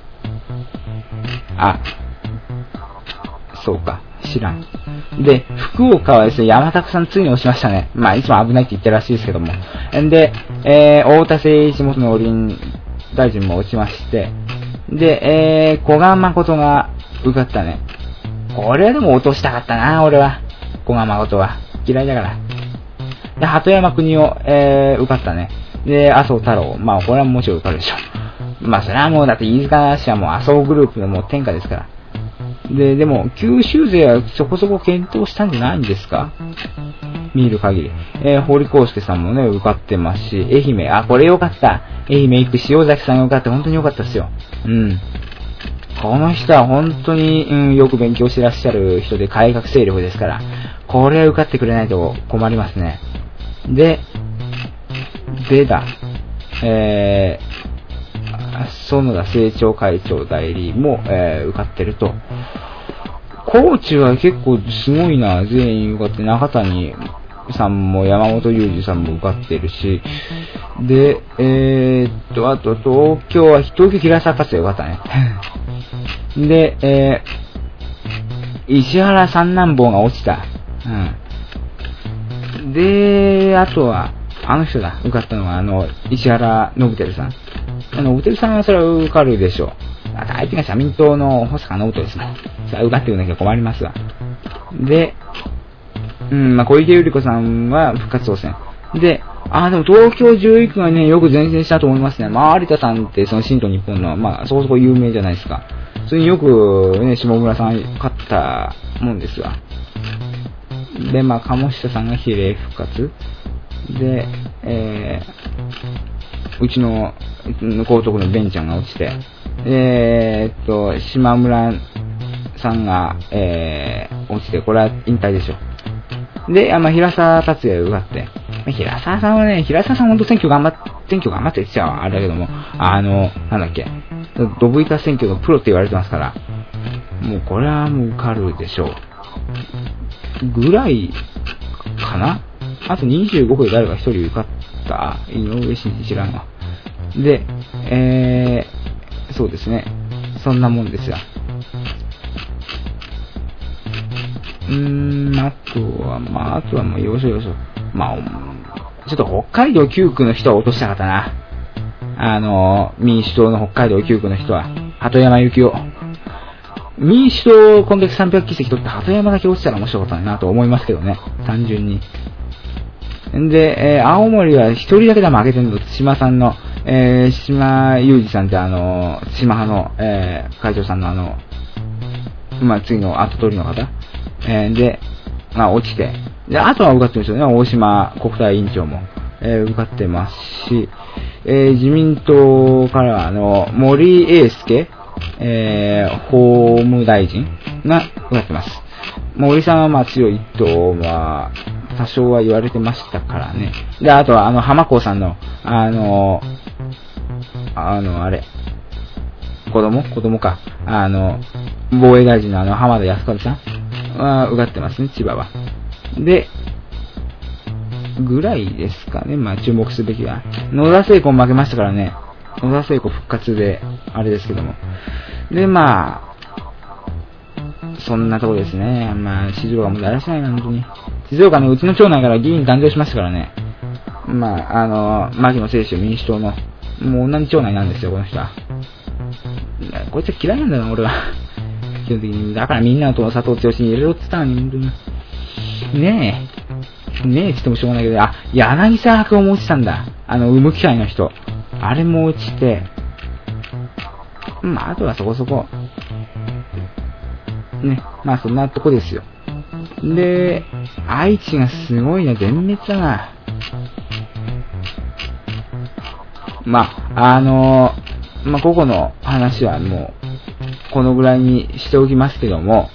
あ、そうか。知らん。で、福岡はですね、山田さんついに押しましたね。まあ、いつも危ないって言ってるらしいですけども。で、えー、太田誠一元農林大臣も落ちまして、で、えー、古賀誠が受かったね。これはでも落としたかったな、俺は。古賀誠は。嫌いだから。で、鳩山国夫、えー、受かったね。で、麻生太郎。まあ、これはもちろん受かるでしょ。まあ、それはもう、だって飯塚氏はもう麻生グループのもう天下ですから。で、でも、九州勢はそこそこ検討したんじゃないんですか？見る限り。えー、堀康介さんもね、受かってますし、愛媛、あ、これよかった。愛媛行く塩崎さんが受かって本当によかったですよ。うん。この人は本当に、うん、よく勉強してらっしゃる人で改革勢力ですから、これは受かってくれないと困りますね。で、でだ、えー、園田政調会長代理も、えー、受かってると。高知は結構すごいな、全員受かって、中谷さんも山本裕二さんも受かってるし、で、えー、っと、あと東京は、東京平沢勝也受かったね。で、えー、石原三男坊が落ちた。うん。で、あとは、あの人だ、受かったのは、あの、石原信輝さん。あの、信輝さんはそれは受かるでしょう。あと相手が社民党の保坂直人ですもん。それは受かってくんなきゃ困りますわ。で、うん、まあ、小池百合子さんは復活当選。で、あ、でも東京じゅういち区がね、よく前線したと思いますね。まあ、有田さんって、その新党日本の、まあ、そこそこ有名じゃないですか。それによく、ね、下村さん勝ったもんですわ。で、まあ、鴨下さんが比例復活。で、えー、うちの、高徳のベンちゃんが落ちて、えーっと、島村さんが、えー、落ちて、これは引退でしょ。で、あまあ、平沢達也受かって、平沢さんはね、平沢さんほんと選挙頑張って、選挙頑張ってって言っちゃあれだけども、あの、なんだっけ、ドブ板選挙のプロって言われてますから、もうこれはもう受かるでしょう。ぐらい、かな？あとにじゅうご区で誰か一人受かった。井上真司知らんわ。で、えー、そうですね。そんなもんですよ。うーん、あとは、まあ、あとはもう要所要所。まあ、ちょっと北海道きゅう区の人は落としたかったな。あの、民主党の北海道きゅう区の人は、鳩山幸夫。民主党、こんだけさんびゃくきせき取って鳩山だけ落ちたら面白かったなと思いますけどね。単純に。で、えー、青森は一人だけで負けてるの、島さんの、えー、島裕二さんってあの、島派の、えー、会長さんのあの、まあ、次の後取りの方。えー、で、まあ、落ちて。で、あとは受かってるんですよね。大島国対委員長も、えー、受かってますし、えー、自民党からはあの、森英介、えー、法務大臣が受かってます。森さんはまあ強いと、まあ、多少は言われてましたからね。で、あとはあの、浜子さんの、あの、あの、あれ、子供子供か。あの、防衛大臣のあの、浜田靖一さんは受かってますね、千葉は。で、ぐらいですかね、まあ注目すべきは。野田聖子負けましたからね。野田聖子復活で、あれですけども。で、まあ、そんなとこですね。まあ、静岡もだらしないな、本当に。 静岡のうちの町内から議員誕生しましたからね。まあ、あの、牧野清舟民主党の、もう同じ町内なんですよ、この人は。こいつは嫌いなんだよな、俺は。基本的に。だからみんなの党の佐藤剛に入れろって言ったのに、本当に。ねえ。ねえって言ってもしょうがないけど、あ、柳沢博も落ちたんだ。あの、産む機械の人。あれも落ちて、まあ、あとはそこそこ。ね。まあ、そんなとこですよ。で、愛知がすごいな、全滅だな。まあ、あのー、まあ、ここの話はもう、このぐらいにしておきますけども、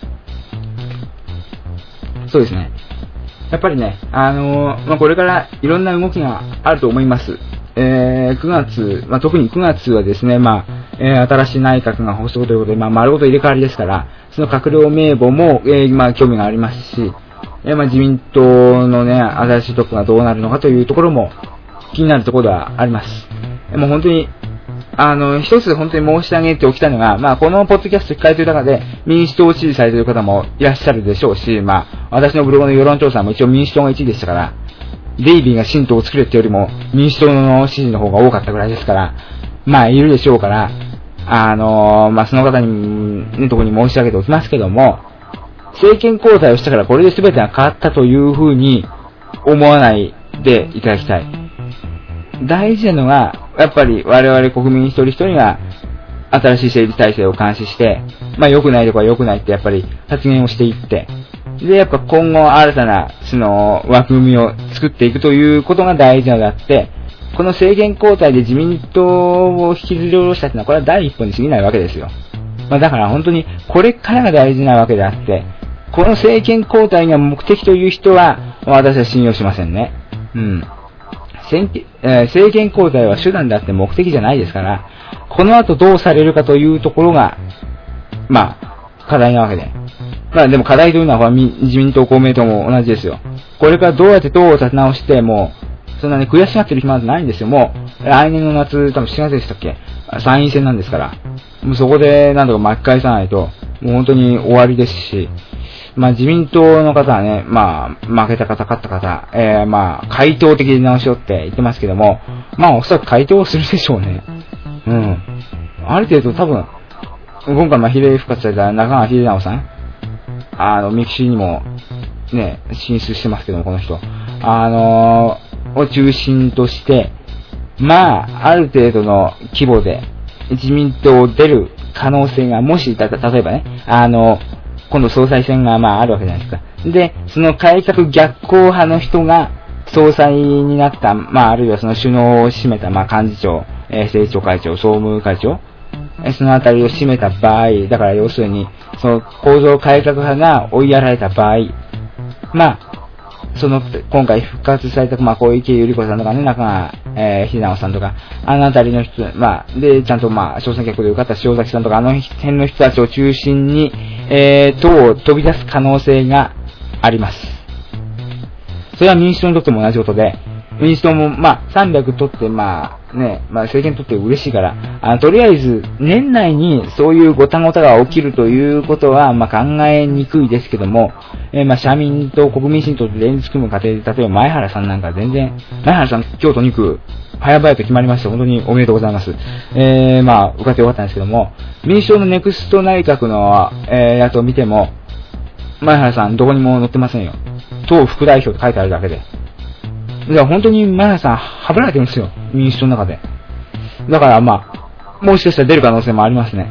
そうですね。やっぱりね、あのー、まあ、これからいろんな動きがあると思います。えー、くがつ、まあ、特にくがつはですね、まあ、えー、新しい内閣が発足ということで、まあ、丸ごと入れ替わりですから、その閣僚名簿も、えー、まあ、興味がありますし、えー、まあ、自民党のね、新しいトップがどうなるのかというところも気になるところではあります。もう本当に、あの、一つ本当に申し上げておきたいのが、まあ、このポッドキャスト聞かれている中で、民主党を支持されている方もいらっしゃるでしょうし、まあ、私のブログの世論調査も一応民主党がいちいでしたから、デイビーが新党を作れってよりも、民主党の支持の方が多かったぐらいですから、まあ、いるでしょうから、あの、まあ、その方に、ね、ところに申し上げておきますけども、政権交代をしたからこれで全てが変わったというふうに思わないでいただきたい。大事なのが、やっぱり我々国民一人一人が新しい整備体制を監視して、まあ良くないところは良くないってやっぱり発言をしていって、で、やっぱ今後新たなその枠組みを作っていくということが大事なのであって、この政権交代で自民党を引きずり下ろしたというのはこれは第一歩に過ぎないわけですよ。まあだから本当にこれからが大事なわけであって、この政権交代が目的という人は私は信用しませんね。うん。政権交代は手段であって目的じゃないですから、この後どうされるかというところが、まあ、課題なわけで。まあでも課題というのは自民党公明党も同じですよ。これからどうやって党を立て直して、もう、そんなに悔しがってる暇なんてないんですよ。もう、来年の夏、多分しちがつでしたっけ、参院選なんですから。もうそこでなんとか巻き返さないと、もう本当に終わりですし、まあ自民党の方はね、まあ負けた方、勝った方、えー、まあ回答的に直しようって言ってますけども、まあおそらく回答をするでしょうね。うん。ある程度多分、今回まあ比例復活された中川秀直さん、あの、ミクシーにもね、進出してますけども、この人。あのー、を中心として、まあ、ある程度の規模で自民党を出る可能性が、もし、た、例えばね、あの、今度総裁選がまああるわけじゃないですか。で、その改革逆行派の人が総裁になった、まああるいはその首脳を占めた、まあ幹事長、えー、政調会長、総務会長、えー、そのあたりを占めた場合、だから要するに、その構造改革派が追いやられた場合、まあ、その、今回復活された、まあ、小池百合子さんとかね、中川、えー、秀直さんとか、あのあたりの人、まあ、で、ちゃんとまあ、小選挙区で受かった塩崎さんとか、あの辺の人たちを中心に、えー、党を飛び出す可能性があります。それは民主党にとっても同じことで、民主党も、まあ、さんびゃく取って、まあ、ね、まあ、政権取って嬉しいから、あの、とりあえず、年内にそういうごたごたが起きるということは、まあ、考えにくいですけども、えー、まあ、社民と国民新党と連立組む過程で、例えば前原さんなんか全然、前原さん、京都に区、早々と決まりました。本当におめでとうございます。えー、まあ、受かってよかったんですけども、民主党のネクスト内閣の、えー、やつを見ても、前原さん、どこにも載ってませんよ。党副代表って書いてあるだけで。いや、本当に前原さん、はぶられてるんですよ。民主党の中で。だから、まあ、もしかしたら出る可能性もありますね。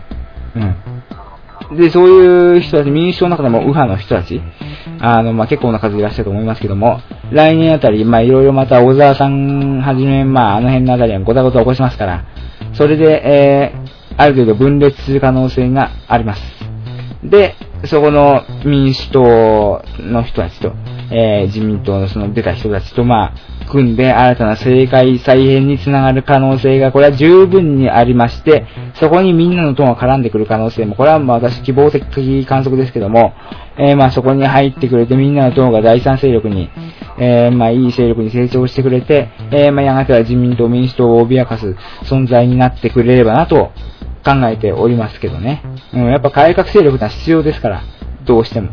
うん。で、そういう人たち、民主党の中でも右派の人たち、あの、まあ、結構な数いらっしゃると思いますけども、来年あたり、まあ、いろいろまた小沢さんはじめ、まあ、あの辺のあたりはごたごた起こしますから、それで、えー、ある程度分裂する可能性があります。で、そこの民主党の人たちと、えー、自民党のその出た人たちと、まあ、組んで新たな政界再編につながる可能性が、これは十分にありまして、そこにみんなの党が絡んでくる可能性も、これはまあ私希望的観測ですけども、えー、まあそこに入ってくれてみんなの党が第三勢力に、えー、まあいい勢力に成長してくれて、えー、まあやがては自民党、民主党を脅かす存在になってくれればなと考えておりますけどね。うん、やっぱ改革勢力が必要ですから、どうしても。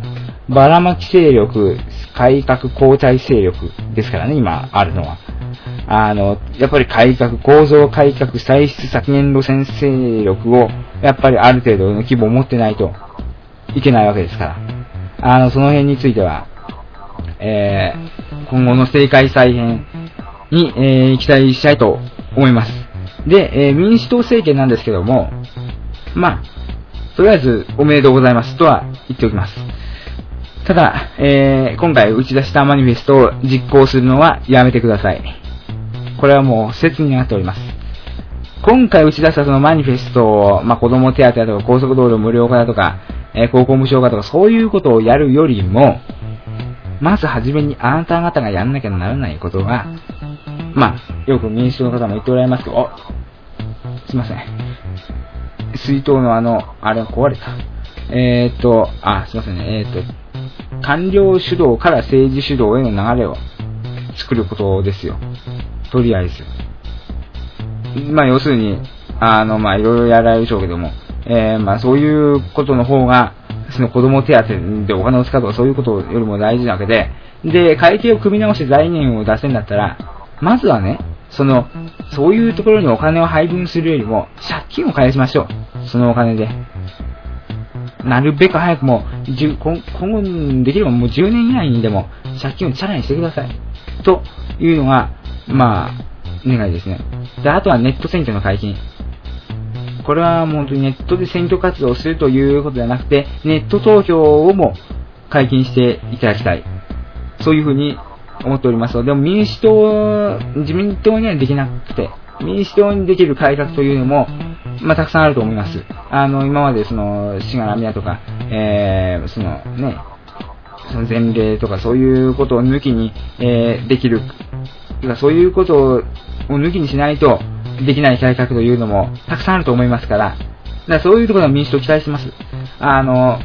ばらまき勢力、改革後退勢力ですからね、今あるのは。あの、やっぱり改革、構造改革、歳出削減路線勢力を、やっぱりある程度の規模を持ってないといけないわけですから。あの、その辺については、えー、今後の政界再編に、えー、期待したいと思います。で、えー、民主党政権なんですけども、まあ、とりあえずおめでとうございますとは言っておきます。ただ、えー、今回打ち出したマニフェストを実行するのはやめてください。これはもう説になっております。今回打ち出したそのマニフェストを、まあ、子供手当だとか高速道路無料化だとか、えー、高校無償化とかそういうことをやるよりも、まずはじめにあなた方がやんなきゃならないことは、まあ、よく民主党の方も言っておられますけど、お、すいません。水筒のあの、あれが壊れた。えーっと、あ、すいませんね。えーっと、官僚主導から政治主導への流れを作ることですよ。とりあえず。まあ、要するに、あの、まあ、いろいろやられるでしょうけども、えー、まあ、そういうことの方が、その子供手当でお金を使うとかそういうことよりも大事なわけで、で、会計を組み直して財源を出せんだったら、まずはね、その、そういうところにお金を配分するよりも、借金を返しましょう。そのお金で。なるべく早くもう、今後できればもうじゅうねん以内にでも、借金をチャラにしてください。というのが、まあ、願いですね。で、あとはネット選挙の解禁。これはもう本当にネットで選挙活動をするということではなくて、ネット投票をも解禁していただきたい。そういうふうに思っておりますので、でも民主党、自民党にはできなくて、民主党にできる改革というのも、まあ、たくさんあると思います。あの、今までその、しがらみだとか、えー、そのね、その前例とかそういうことを抜きに、えー、できる、そういうことを抜きにしないと、できない改革というのもたくさんあると思いますから、だからそういうところは民主党期待してます。あの、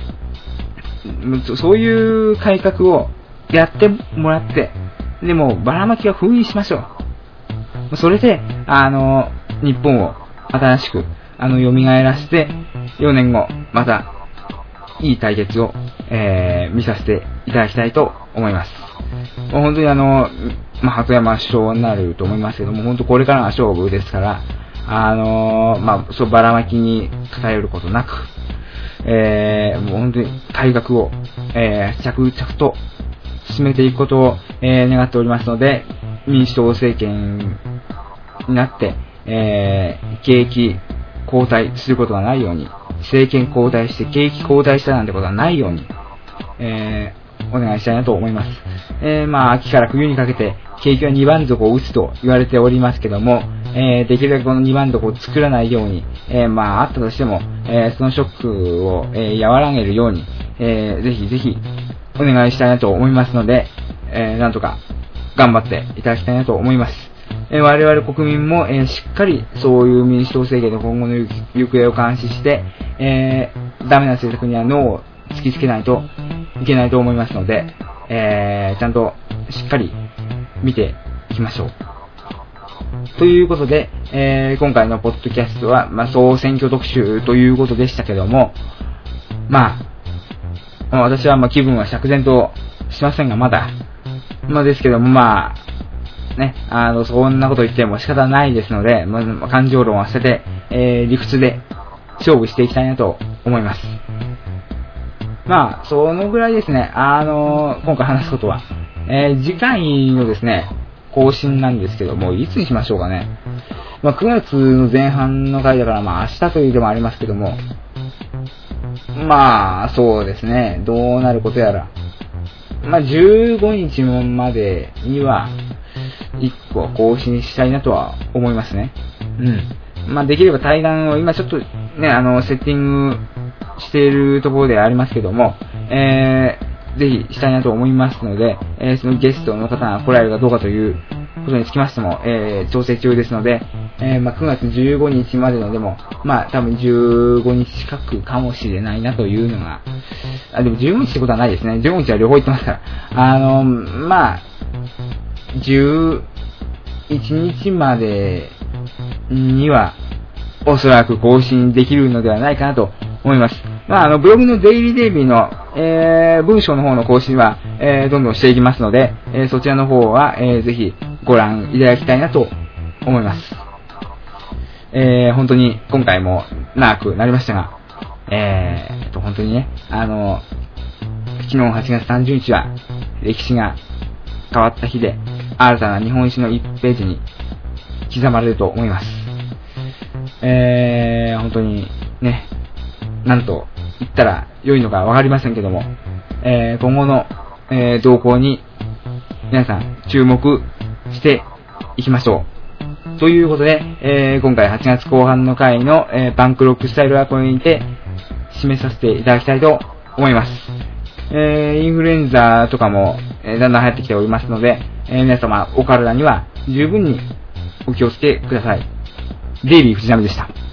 そういう改革をやってもらって、でもばらまきは封印しましょう。それで、あの、日本を新しく、あの、蘇らせて、よねんご、また、いい対決を、えー、見させていただきたいと思います。もう本当にあの、まあ、鳩山首相になると思いますけども、本当これからが勝負ですから、あのー、まあ、そう、ばらまきに偏ることなく、えー、もう本当に改革を、えー、着々と進めていくことを、えー、願っておりますので、民主党政権になって、えー、景気後退することがないように、政権後退して景気後退したなんてことがないように、えーお願いしたいなと思います。えー、まあ、秋から冬にかけて、景気はにばん底を打つと言われておりますけども、えー、できるだけこのにばん底を作らないように、えー、まあ、あったとしても、えー、そのショックを、えー、和らげるように、えー、ぜひぜひ、お願いしたいなと思いますので、えー、なんとか、頑張っていただきたいなと思います。えー、我々国民も、えー、しっかり、そういう民主党政権の今後の行方を監視して、えー、ダメな政策にはノーを突きつけないと、いけないと思いますので、えー、ちゃんとしっかり見ていきましょう。ということで、えー、今回のポッドキャストは、まあ、総選挙特集ということでしたけども、まあ、私はまあ気分は釈然としませんが、まだ、まあですけども、まあ、ね、あの、そんなこと言っても仕方ないですので、まあ、感情論は捨てて、えー、理屈で勝負していきたいなと思います。まあ、そのぐらいですね。あのー、今回話すことは。えー、次回のですね、更新なんですけども、いつにしましょうかね。まあ、くがつの前半の回だから、まあ、明日というでもありますけども、まあ、そうですね。どうなることやら。まあ、じゅうごにちまでには、いっこ更新したいなとは思いますね。うん。まあ、できれば対談を、今ちょっとね、あの、セッティング、しているところでありますけども、えー、ぜひしたいなと思いますので、えー、そのゲストの方が来られるかどうかということにつきましても、えー、調整中ですので、えーまあ、くがつじゅうごにちまでのでも、まあ多分じゅうごにち近くかもしれないなというのが、あ、でもじゅうごにちってことはないですね。じゅうごにちは両方行ってますから。あの、まあ、じゅういちにちまでには、おそらく更新できるのではないかなと思います。まあ、あの、ブログのデイリーデイビーの、 えー、文章の方の更新は、えー、どんどんしていきますので、えー、そちらの方は、えー、ぜひご覧いただきたいなと思います。えー、本当に今回も長くなりましたが、えー、と本当にね、あの、昨日はちがつさんじゅうにちは歴史が変わった日で、新たな日本史のいちページに刻まれると思います。えー、本当にね、なんと言ったら良いのかわかりませんけども、えー、今後の、えー、動向に皆さん注目していきましょう。ということで、えー、今回はちがつこう半の回の、えー、パンクロックスタイルはこれにて締めさせていただきたいと思います。えー、インフルエンザとかも、えー、だんだん流行ってきておりますので、えー、皆様お体には十分にお気をつけください。デイリー藤波でした。